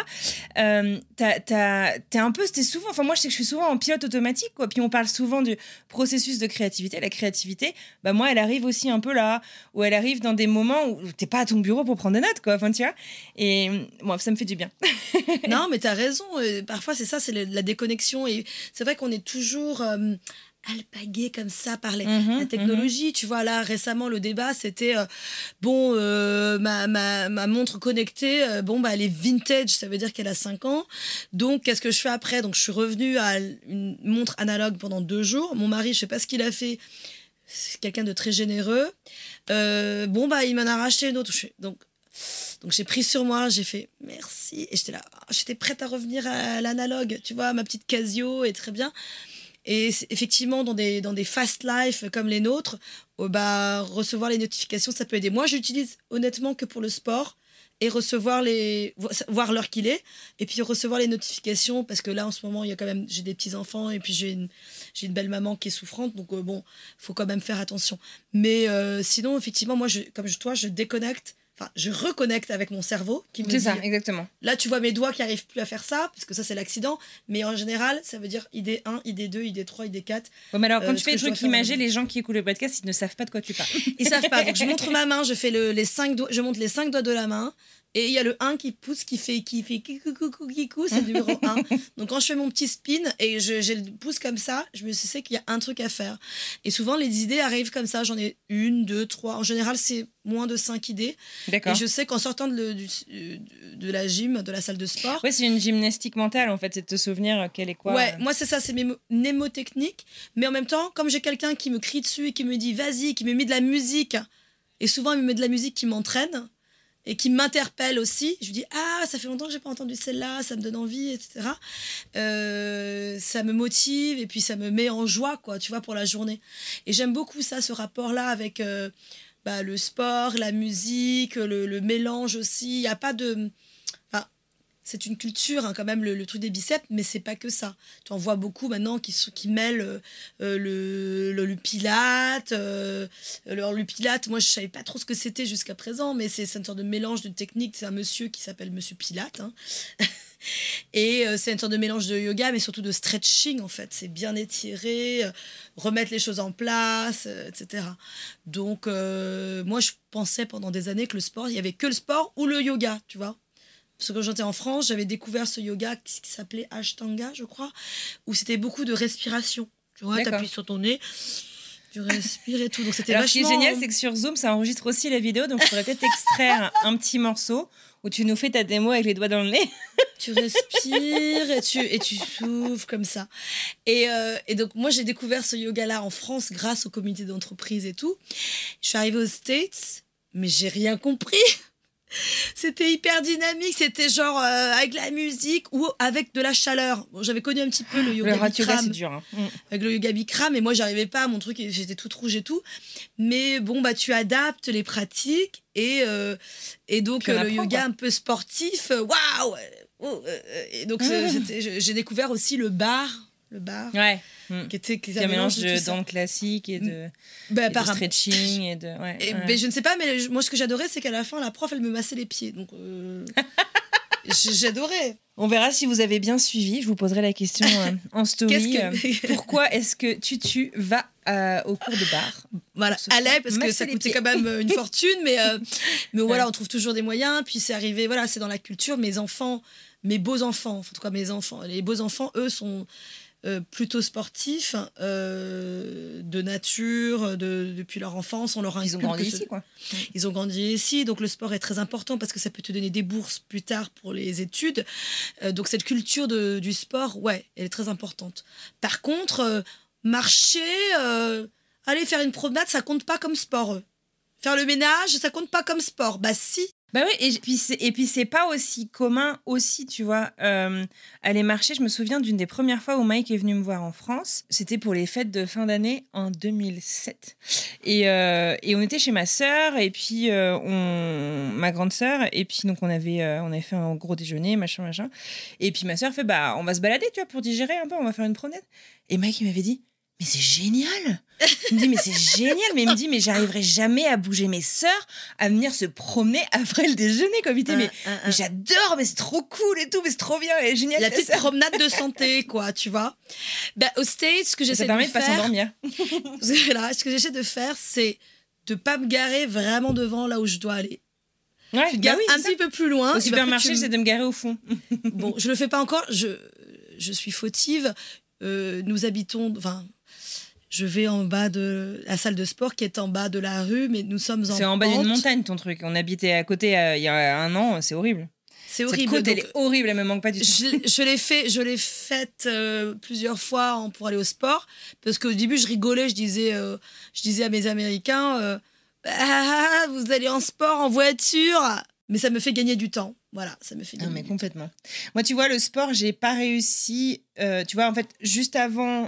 C: T'es souvent, enfin moi je sais que je suis souvent en pilote automatique, quoi. Puis on parle souvent du processus de créativité. La créativité, bah moi elle arrive aussi un peu là, où elle arrive dans des moments où t'es pas à ton bureau pour prendre des notes, quoi. Enfin tu vois. Et moi ça me fait du bien.
D: Non, mais t'as raison. Parfois, c'est ça, c'est la déconnexion. Et c'est vrai qu'on est toujours alpagué comme ça par la technologie. Tu vois, là, récemment, le débat, c'était ma montre connectée, elle est vintage, ça veut dire qu'elle a 5 ans. Donc, qu'est-ce que je fais après ? Donc, je suis revenue à une montre analogue pendant 2 jours. Mon mari, je sais pas ce qu'il a fait. C'est quelqu'un de très généreux. Il m'en a racheté une autre. Donc j'ai pris sur moi, j'ai fait merci. Et j'étais là, j'étais prête à revenir à l'analogue, tu vois, ma petite Casio, et très bien. Et effectivement, dans des fast life comme les nôtres, recevoir les notifications, ça peut aider. Moi, j'utilise honnêtement que pour le sport et voir l'heure qu'il est, et puis recevoir les notifications, parce que là, en ce moment, j'ai des petits-enfants, et puis j'ai une belle maman qui est souffrante, donc faut quand même faire attention. Mais sinon, effectivement, moi, comme toi, je déconnecte. Enfin, je reconnecte avec mon cerveau qui me dit...
C: C'est ça, exactement.
D: Là, tu vois mes doigts qui n'arrivent plus à faire ça, parce que ça, c'est l'accident. Mais en général, ça veut dire idée 1, idée 2, idée 3, idée 4.
C: Ouais, mais alors, quand tu fais des trucs imagés, les gens qui écoutent le podcast, ils ne savent pas de quoi tu parles.
D: Ils ne savent pas. Donc, je montre ma main, je fais les 5 doigts, je montre les 5 doigts de la main. Et il y a le 1 qui pousse, qui fait kikou, c'est le numéro 1. Donc quand je fais mon petit spin et j'ai le pouce comme ça, je sais qu'il y a un truc à faire. Et souvent, les idées arrivent comme ça. J'en ai 1, 2, 3. En général, c'est moins de 5 idées. D'accord. Et je sais qu'en sortant de la gym, de la salle de sport...
C: Ouais, c'est une gymnastique mentale, en fait. C'est de te souvenir quel est quoi.
D: Ouais, moi, c'est ça. C'est mes mnémotechniques. Mais en même temps, comme j'ai quelqu'un qui me crie dessus et qui me dit « Vas-y », qui me met de la musique, et souvent, il me met de la musique qui m'entraîne et qui m'interpelle aussi. Je lui dis « Ah, ça fait longtemps que j'ai pas entendu celle-là, ça me donne envie, etc. » Ça me motive et puis ça me met en joie, quoi, tu vois, pour la journée. Et j'aime beaucoup ça, ce rapport-là avec le sport, la musique, le mélange aussi. Il n'y a pas de... Enfin, c'est une culture, hein, quand même, le truc des biceps, mais c'est pas que ça. Tu en vois beaucoup maintenant qui mêlent le pilate. Le pilate, moi, je savais pas trop ce que c'était jusqu'à présent, mais c'est une sorte de mélange de techniques. C'est un monsieur qui s'appelle Monsieur Pilate, hein. Et c'est une sorte de mélange de yoga, mais surtout de stretching, en fait. C'est bien étirer, remettre les choses en place, etc. Donc, moi, je pensais pendant des années que le sport, il y avait que le sport ou le yoga, tu vois. Parce que quand j'étais en France, j'avais découvert ce yoga qui s'appelait Ashtanga, je crois, où c'était beaucoup de respiration. Tu vois, t'appuies sur ton nez, tu respires et tout. Donc c'était vachement...
C: Ce qui est génial, c'est que sur Zoom, ça enregistre aussi la vidéo, donc je pourrais peut-être extraire un petit morceau où tu nous fais ta démo avec les doigts dans le nez.
D: Tu respires et tu souffles comme ça. Et donc, moi, j'ai découvert ce yoga-là en France grâce au comité d'entreprise et tout. Je suis arrivée aux States, mais j'ai rien compris. C'était hyper dynamique, c'était genre avec la musique ou avec de la chaleur. Bon, j'avais connu un petit peu le yoga Bikram.
C: C'est dur, hein.
D: Avec le yoga Bikram, mais moi j'arrivais pas, mon truc, j'étais toute rouge et tout. Mais bon, tu adaptes les pratiques et donc le yoga un peu sportif, waouh. Et donc j'ai découvert aussi le bar.
C: Ouais.
D: Qui
C: un mélange de danse classique et de, stretching et de...
D: Mais je ne sais pas, mais moi ce que j'adorais, c'est qu'à la fin, la prof, elle me massait les pieds. Donc j'adorais.
C: On verra si vous avez bien suivi. Je vous poserai la question en story. Pourquoi est-ce que tu vas au cours de bar ?
D: Voilà, allait, parce que ça coûtait quand même une fortune, mais voilà, on trouve toujours des moyens. Puis c'est arrivé, voilà, c'est dans la culture. Mes beaux enfants, en tout cas mes enfants, les beaux enfants, eux, sont plutôt sportifs, de nature, depuis leur enfance. On leur a
C: Ils ont grandi ici, quoi.
D: Ils ont grandi ici, donc le sport est très important parce que ça peut te donner des bourses plus tard pour les études. Donc cette culture du sport, ouais, elle est très importante. Par contre, marcher... aller faire une promenade, ça compte pas comme sport. Faire le ménage, ça compte pas comme sport. Bah si.
C: Bah oui, et puis c'est pas aussi commun aussi, tu vois. Aller marcher, je me souviens d'une des premières fois où Mike est venu me voir en France. C'était pour les fêtes de fin d'année en 2007. Et on était chez ma sœur, et puis ma grande sœur, et puis donc on avait fait un gros déjeuner, machin. Et puis ma sœur fait, bah on va se balader, tu vois, pour digérer un peu, on va faire une promenade. Et Mike, il m'avait dit, mais c'est génial! Il me dit, mais c'est génial! Mais il me dit, mais j'arriverai jamais à bouger mes sœurs à venir se promener après le déjeuner. Comme il dit, mais j'adore, mais c'est trop cool et tout, mais c'est trop bien, et génial.
D: La petite promenade de santé, quoi, tu vois. Bah, au States, ce que j'essaie de faire...
C: Ça permet de pas s'endormir.
D: Voilà, ce que j'essaie de faire, c'est de pas me garer vraiment devant là où je dois aller.
C: Ouais,
D: tu te gares un petit peu plus loin.
C: Au supermarché, j'essaie de me garer au fond.
D: Bon, je le fais pas encore, je suis fautive. Nous habitons... Enfin, je vais en bas de la salle de sport qui est en bas de la rue, mais nous sommes en
C: C'est en bas d'une montagne, ton truc. On habitait à côté il y a un an, c'est horrible.
D: C'est horrible.
C: Cette côte, elle est horrible, elle me manque pas du tout.
D: Je l'ai faite plusieurs fois pour aller au sport, parce qu'au début, je rigolais, je disais à mes Américains, vous allez en sport, en voiture, mais ça me fait gagner du temps. Voilà, ça me fait gagner.
C: Non, mais complètement. Moi, tu vois, le sport, j'ai pas réussi. Tu vois, en fait, juste avant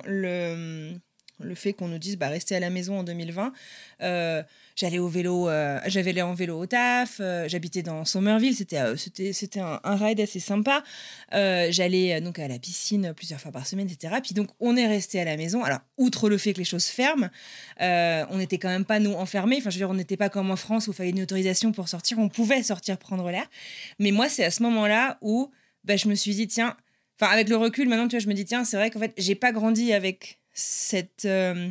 C: le fait qu'on nous dise rester à la maison en 2020, j'allais au vélo, j'avais allé en vélo au taf, j'habitais dans Somerville, c'était un ride assez sympa, j'allais donc à la piscine plusieurs fois par semaine, etc. Puis donc on est resté à la maison. Alors outre le fait que les choses ferment, on n'était quand même pas nous enfermés, enfin je veux dire, on n'était pas comme en France où il fallait une autorisation pour sortir, on pouvait sortir prendre l'air, mais moi c'est à ce moment-là où je me suis dit tiens, enfin avec le recul maintenant, tu vois, je me dis tiens, c'est vrai qu'en fait j'ai pas grandi avec cette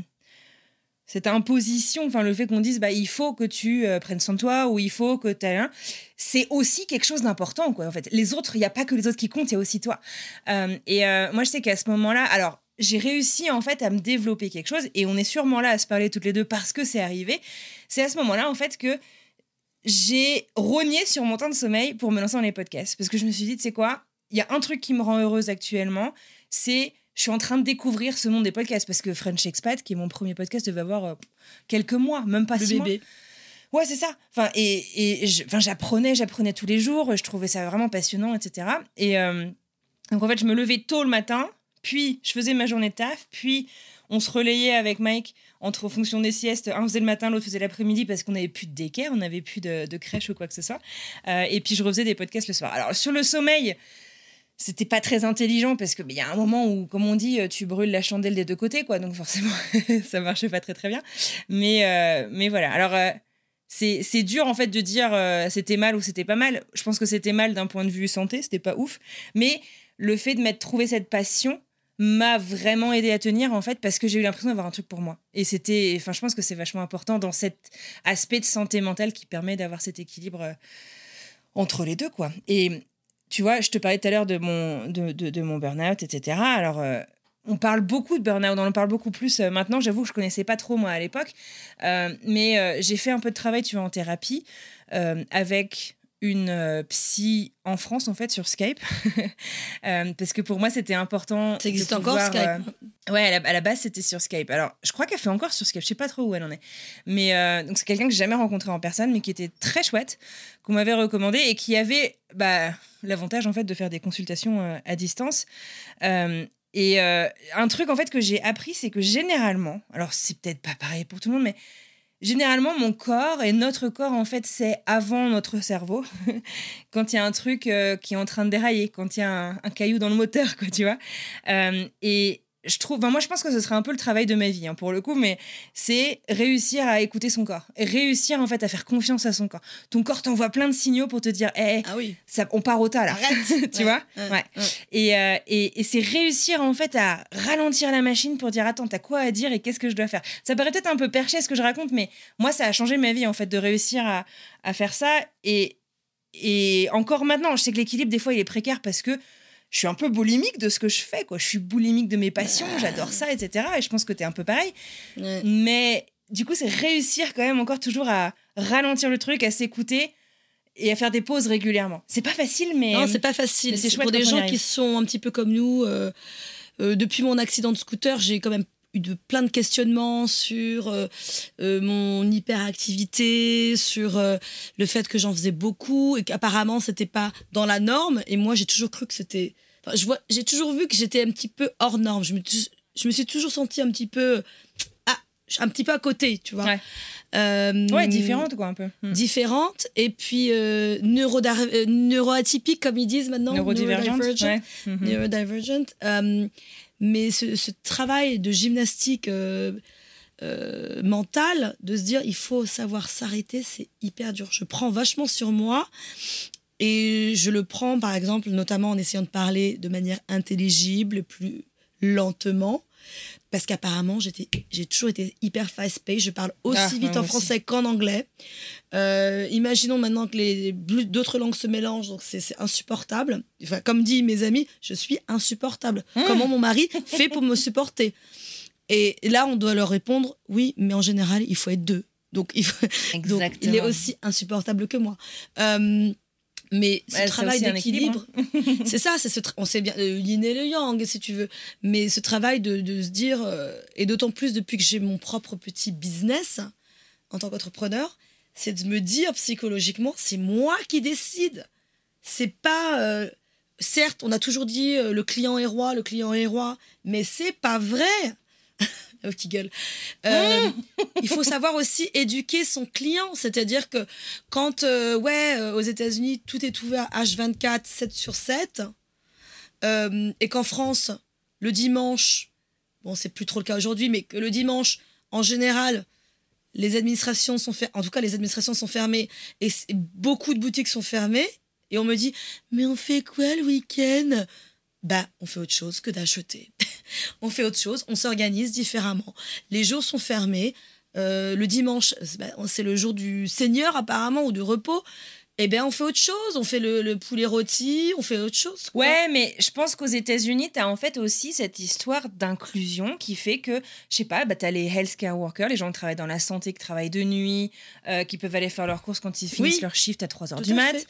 C: imposition, enfin le fait qu'on dise il faut que tu prennes soin de toi, ou il faut que tu aies c'est aussi quelque chose d'important, quoi. En fait, les autres, il n'y a pas que les autres qui comptent, il y a aussi toi. Moi je sais qu'à ce moment-là, alors j'ai réussi en fait à me développer quelque chose, et on est sûrement là à se parler toutes les deux parce que c'est arrivé. C'est à ce moment-là en fait que j'ai rogné sur mon temps de sommeil pour me lancer dans les podcasts, parce que je me suis dit, tu sais quoi, il y a un truc qui me rend heureuse actuellement, c'est je suis en train de découvrir ce monde des podcasts, parce que French Expat, qui est mon premier podcast, devait avoir quelques mois, même pas 6 mois. Le bébé. Ouais, c'est ça. Enfin, j'apprenais tous les jours, je trouvais ça vraiment passionnant, etc. Et donc, en fait, je me levais tôt le matin, puis je faisais ma journée de taf, puis on se relayait avec Mike en fonction des siestes. Un faisait le matin, l'autre faisait l'après-midi, parce qu'on n'avait plus de daycare, on n'avait plus de crèche ou quoi que ce soit. Et puis, je refaisais des podcasts le soir. Alors, sur le sommeil... C'était pas très intelligent, parce que y a un moment où, comme on dit, tu brûles la chandelle des deux côtés, quoi. Donc forcément, ça marchait pas très très bien. Mais voilà. Alors c'est dur en fait de dire c'était mal ou c'était pas mal. Je pense que c'était mal d'un point de vue santé, c'était pas ouf. Mais le fait de m'être trouvé cette passion m'a vraiment aidé à tenir, en fait, parce que j'ai eu l'impression d'avoir un truc pour moi. Et je pense que c'est vachement important dans cet aspect de santé mentale qui permet d'avoir cet équilibre entre les deux, quoi. Et tu vois, je te parlais tout à l'heure de mon burn-out, etc. Alors, on parle beaucoup de burn-out, on en parle beaucoup plus maintenant. J'avoue que je ne connaissais pas trop, moi, à l'époque. Mais j'ai fait un peu de travail, tu vois, en thérapie, avec une psy en France, en fait, sur Skype. Parce que pour moi, c'était important.
D: Ça existe encore, Skype?
C: Ouais, à la base, c'était sur Skype. Alors, je crois qu'elle fait encore sur Skype. Je ne sais pas trop où elle en est. Mais donc, c'est quelqu'un que je n'ai jamais rencontré en personne, mais qui était très chouette, qu'on m'avait recommandé, et qui avait l'avantage, en fait, de faire des consultations à distance. Et un truc, en fait, que j'ai appris, c'est que généralement, alors c'est peut-être pas pareil pour tout le monde, mais généralement, mon corps et notre corps, en fait, c'est avant notre cerveau. Quand il y a un truc qui est en train de dérailler, quand il y a un caillou dans le moteur, quoi, tu vois. Et moi je pense que ce serait un peu le travail de ma vie pour le coup, mais c'est réussir à écouter son corps et réussir en fait à faire confiance à son corps. Ton corps t'envoie plein de signaux pour te dire on part au tas là.
D: Arrête.
C: Tu vois. Et c'est réussir en fait à ralentir la machine pour dire attends, t'as quoi à dire et qu'est-ce que je dois faire. Ça paraît peut-être un peu perché ce que je raconte, mais moi ça a changé ma vie en fait de réussir à faire ça et encore maintenant je sais que l'équilibre des fois il est précaire parce que je suis un peu boulimique de ce que je fais, quoi. Je suis boulimique de mes passions, j'adore ça, etc. Et je pense que t'es un peu pareil. Mais du coup, c'est réussir quand même encore toujours à ralentir le truc, à s'écouter et à faire des pauses régulièrement. C'est pas facile, mais...
D: Non, c'est pas facile. C'est pour des gens qui sont un petit peu comme nous. Depuis mon accident de scooter, j'ai quand même eu plein de questionnements sur mon hyperactivité, sur le fait que j'en faisais beaucoup et qu'apparemment, c'était pas dans la norme. Et moi, j'ai toujours cru que c'était... j'ai toujours vu que j'étais un petit peu hors norme. Je me suis toujours sentie un petit peu à côté, tu vois.
C: Différente, quoi, un peu.
D: Différente. Et puis, neuroatypique, comme ils disent maintenant.
C: Neurodivergent.
D: Neurodivergent. Mais ce travail de gymnastique mentale, de se dire, il faut savoir s'arrêter, c'est hyper dur. Je prends vachement sur moi. Et je le prends, par exemple, notamment en essayant de parler de manière intelligible, plus lentement. Parce qu'apparemment, j'ai toujours été hyper fast-paced. Je parle aussi vite en français qu'en anglais. Imaginons maintenant que d'autres langues se mélangent, donc c'est insupportable. Enfin, comme disent mes amis, je suis insupportable. Comment mon mari fait pour me supporter? Et là, on doit leur répondre, oui, mais en général, il faut être deux. Donc, donc il est aussi insupportable que moi. Mais ce travail d'équilibre, c'est ça, on sait bien, le yin et le yang, si tu veux. Mais ce travail de se dire, et d'autant plus depuis que j'ai mon propre petit business en tant qu'entrepreneur, c'est de me dire psychologiquement, c'est moi qui décide. C'est pas... certes, on a toujours dit le client est roi, mais c'est pas vrai. Oh, qui gueule. Il faut savoir aussi éduquer son client, c'est-à-dire que quand aux États-Unis tout est ouvert H24 7/7 et qu'en France le dimanche, bon c'est plus trop le cas aujourd'hui, mais que le dimanche en général les administrations sont fermées et beaucoup de boutiques sont fermées et on me dit mais on fait quoi le week-end? On fait autre chose que d'acheter. On fait autre chose, on s'organise différemment. Les jours sont fermés. Le dimanche, c'est le jour du Seigneur apparemment, ou du repos. On fait autre chose. On fait le poulet rôti, on fait autre chose. Quoi.
C: Ouais, mais je pense qu'aux États-Unis, t'as en fait aussi cette histoire d'inclusion qui fait que, je sais pas, t'as les healthcare workers, les gens qui travaillent dans la santé, qui travaillent de nuit, qui peuvent aller faire leurs courses quand ils finissent leur shift à 3h du mat'.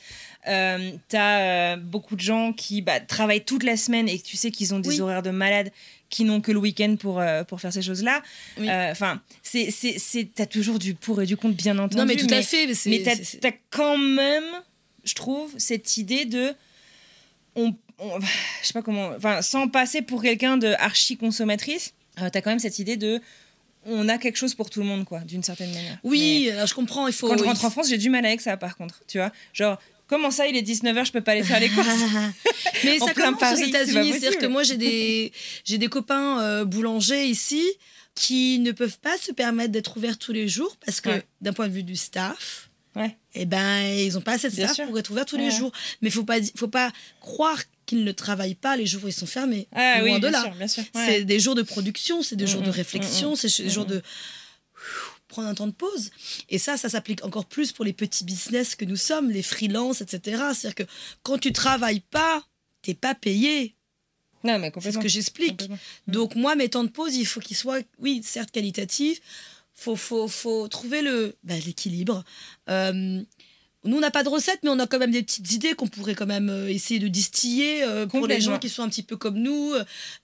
C: T'as beaucoup de gens qui travaillent toute la semaine et tu sais qu'ils ont des horaires de malades qui n'ont que le week-end pour faire ces choses-là. Enfin, t'as toujours du pour et du contre, bien entendu.
D: Non, mais tout à fait.
C: Mais t'as quand même, je trouve, cette idée de... je sais pas comment... Enfin, sans passer pour quelqu'un de archi-consommatrice, t'as quand même cette idée de... On a quelque chose pour tout le monde, quoi, d'une certaine manière.
D: Oui, alors je comprends.
C: Quand je rentre en France, j'ai du mal avec ça, par contre. Tu vois, genre... Comment ça, il est 19h, je peux pas aller faire les courses?
D: Mais ça commence aux États-Unis. C'est-à-dire que moi, j'ai des copains boulangers ici qui ne peuvent pas se permettre d'être ouverts tous les jours parce que, d'un point de vue du staff, ils n'ont pas assez de staff pour être ouverts tous les jours. Mais faut pas croire qu'ils ne travaillent pas les jours où ils sont fermés. Loin de là.
C: Bien sûr.
D: C'est des jours de production, c'est des jours de réflexion, c'est des jours de... prendre un temps de pause. Et ça s'applique encore plus pour les petits business que nous sommes, les freelances, etc. C'est-à-dire que quand tu travailles pas, t'es pas payé.
C: Non, mais complètement.
D: C'est ce que j'explique. Donc moi, mes temps de pause, il faut qu'ils soient, oui, certes qualitatifs. Faut trouver l'équilibre. Nous, on n'a pas de recette, mais on a quand même des petites idées qu'on pourrait quand même essayer de distiller pour les gens qui sont un petit peu comme nous,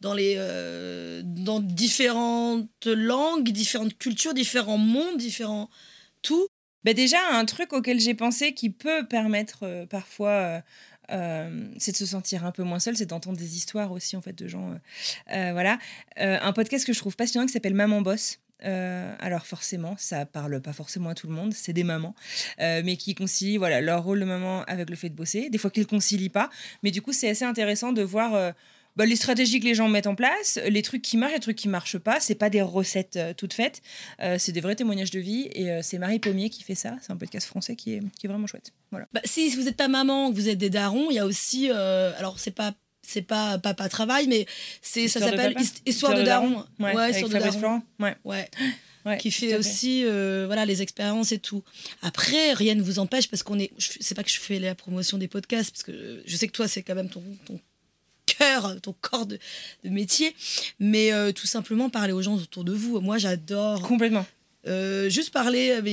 D: dans différentes langues, différentes cultures, différents mondes, différents tout.
C: Déjà, un truc auquel j'ai pensé qui peut permettre parfois... c'est de se sentir un peu moins seul, c'est d'entendre des histoires aussi en fait de gens un podcast que je trouve passionnant qui s'appelle Maman Boss. Alors forcément, ça parle pas forcément à tout le monde, c'est des mamans, mais qui concilient leur rôle de maman avec le fait de bosser. Des fois qu'ils le concilient pas, mais du coup c'est assez intéressant de voir Les stratégies que les gens mettent en place, les trucs qui marchent, les trucs qui marchent pas, c'est pas des recettes toutes faites, c'est des vrais témoignages de vie et c'est Marie Pommier qui fait ça, c'est un podcast français qui est vraiment chouette. Voilà.
D: Si vous n'êtes pas maman, que vous êtes des darons, il y a aussi, alors c'est pas papa travail, mais ça s'appelle Histoire de daron.
C: Ouais, avec Fabrice Florent. Ouais,
D: qui fait aussi les expériences et tout. Après, rien ne vous empêche, parce c'est pas que je fais la promotion des podcasts, parce que je sais que toi, c'est quand même ton corps de métier, mais tout simplement parler aux gens autour de vous. Moi, j'adore.
C: Complètement.
D: Juste parler avec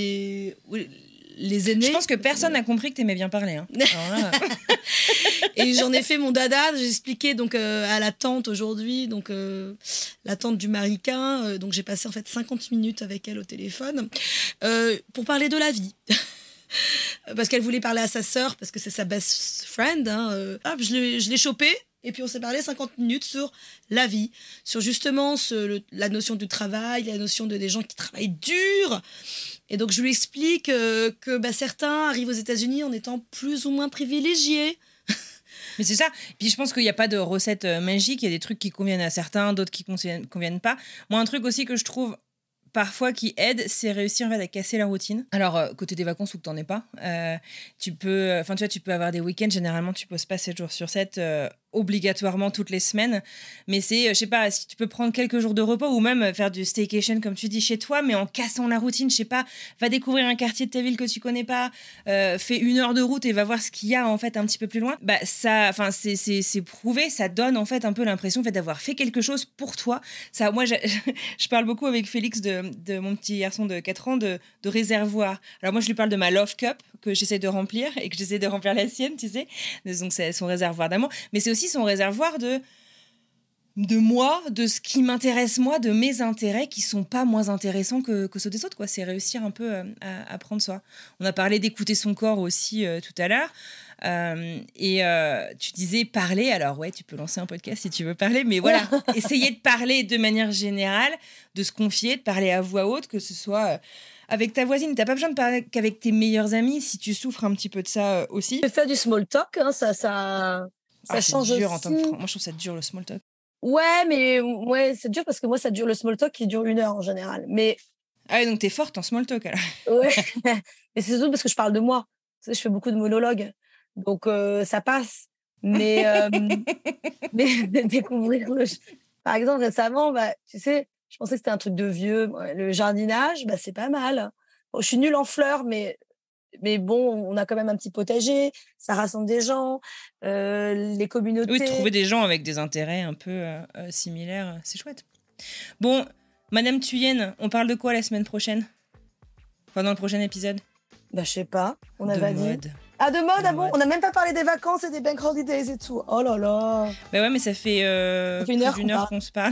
D: les aînés.
C: Je pense que personne n'a compris que t'aimais bien parler. Hein. Alors là...
D: Et j'en ai fait mon dada. J'ai expliqué donc à la tante aujourd'hui, donc la tante du Maricain. Donc j'ai passé en fait 50 minutes avec elle au téléphone pour parler de la vie. Parce qu'elle voulait parler à sa sœur, parce que c'est sa best friend. Je l'ai chopée. Et puis on s'est parlé 50 minutes sur la vie, sur justement la notion du travail, la notion des gens qui travaillent dur. Et donc je lui explique que certains arrivent aux États-Unis en étant plus ou moins privilégiés.
C: Mais c'est ça. Puis je pense qu'il n'y a pas de recette magique. Il y a des trucs qui conviennent à certains, d'autres qui ne conviennent pas. Moi, un truc aussi que je trouve parfois qui aide, c'est réussir en fait à casser la routine. Alors, côté des vacances ou que tu n'en es pas, tu peux avoir des week-ends. Généralement, tu ne poses pas 7 jours sur 7 obligatoirement toutes les semaines. Mais c'est, je sais pas, si tu peux prendre quelques jours de repos ou même faire du staycation, comme tu dis, chez toi, mais en cassant la routine, je sais pas, va découvrir un quartier de ta ville que tu connais pas, fais 1 heure de route et va voir ce qu'il y a en fait un petit peu plus loin. C'est prouvé, ça donne en fait un peu l'impression en fait, d'avoir fait quelque chose pour toi. Ça, moi, je parle beaucoup avec Félix de mon petit garçon de 4 ans de réservoir. Alors moi, je lui parle de ma love cup que j'essaie de remplir et que j'essaie de remplir la sienne, tu sais. Donc c'est son réservoir d'amour, mais c'est aussi son réservoir de moi, de ce qui m'intéresse moi, de mes intérêts qui sont pas moins intéressants que ceux des autres, quoi. C'est réussir un peu à prendre soin. On a parlé d'écouter son corps aussi tout à l'heure. Tu disais parler, alors ouais, tu peux lancer un podcast si tu veux parler, mais voilà, essayer de parler de manière générale, de se confier, de parler à voix haute, que ce soit avec ta voisine. T'as pas besoin de parler qu'avec tes meilleurs amis si tu souffres un petit peu de ça aussi.
K: Je fais du small talk, hein, ça change
C: dur,
K: aussi.
C: moi je trouve ça dur le small talk.
K: Ouais, mais c'est dur parce que moi ça dure le small talk qui dure 1 heure en général. Mais
C: ah ouais, donc t'es forte en small talk alors.
K: Ouais, mais c'est surtout parce que je parle de moi. Tu sais, je fais beaucoup de monologues. Donc, ça passe. Mais découvrir Par exemple, récemment, tu sais, je pensais que c'était un truc de vieux. Le jardinage, c'est pas mal. Bon, je suis nulle en fleurs, mais bon, on a quand même un petit potager. Ça rassemble des gens. Les communautés...
C: Oui, trouver des gens avec des intérêts un peu similaires, c'est chouette. Bon, Madame Thuyen, on parle de quoi la semaine prochaine ? Enfin, dans le prochain épisode ?
K: Je sais pas. On avait dit...
C: Ah,
K: de mode, bon, on n'a même pas parlé des vacances et des bank holidays et tout. Oh là là.
C: Ouais, mais ça fait 1 heure qu'on se parle.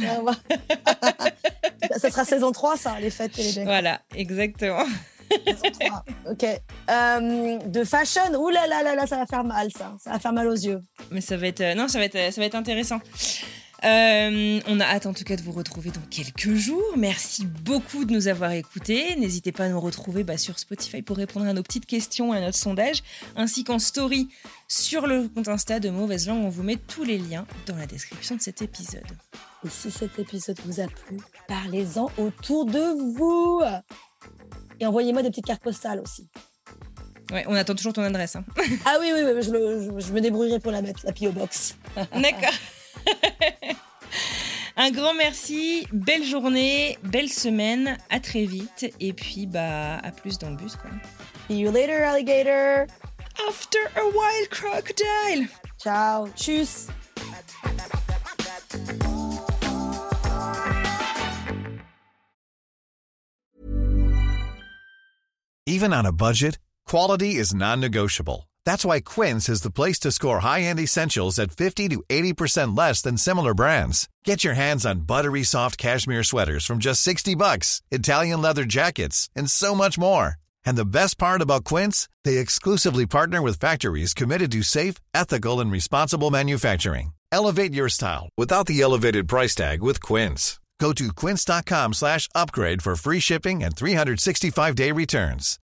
K: Ça sera saison 3, ça, les fêtes et les bank.
C: Voilà, exactement.
K: Saison 3, ok. De fashion, ouh là là là là, ça va faire mal, ça. Ça va faire mal aux yeux.
C: Mais ça va être intéressant. On a hâte en tout cas de vous retrouver dans quelques jours. Merci beaucoup de nous avoir écoutés. N'hésitez pas à nous retrouver sur Spotify pour répondre à nos petites questions et à notre sondage, ainsi qu'en story sur le compte Insta de Mauvaise Langue. On vous met tous les liens dans la description de cet épisode.
K: Et si cet épisode vous a plu, parlez-en autour de vous. Et envoyez-moi des petites cartes postales aussi.
C: Ouais, on attend toujours ton adresse. Hein.
K: Ah oui, je me débrouillerai pour la mettre, la P.O. Box.
C: D'accord. Un grand merci, belle journée, belle semaine, à très vite et puis à plus dans le bus quoi.
K: See you later, alligator.
C: After a while, crocodile.
K: Ciao, tchuss.
L: Even on a budget, quality is non-negotiable. That's why Quince is the place to score high-end essentials at 50 to 80% less than similar brands. Get your hands on buttery soft cashmere sweaters from just $60, Italian leather jackets, and so much more. And the best part about Quince, they exclusively partner with factories committed to safe, ethical, and responsible manufacturing. Elevate your style without the elevated price tag with Quince. Go to quince.com/upgrade for free shipping and 365-day returns.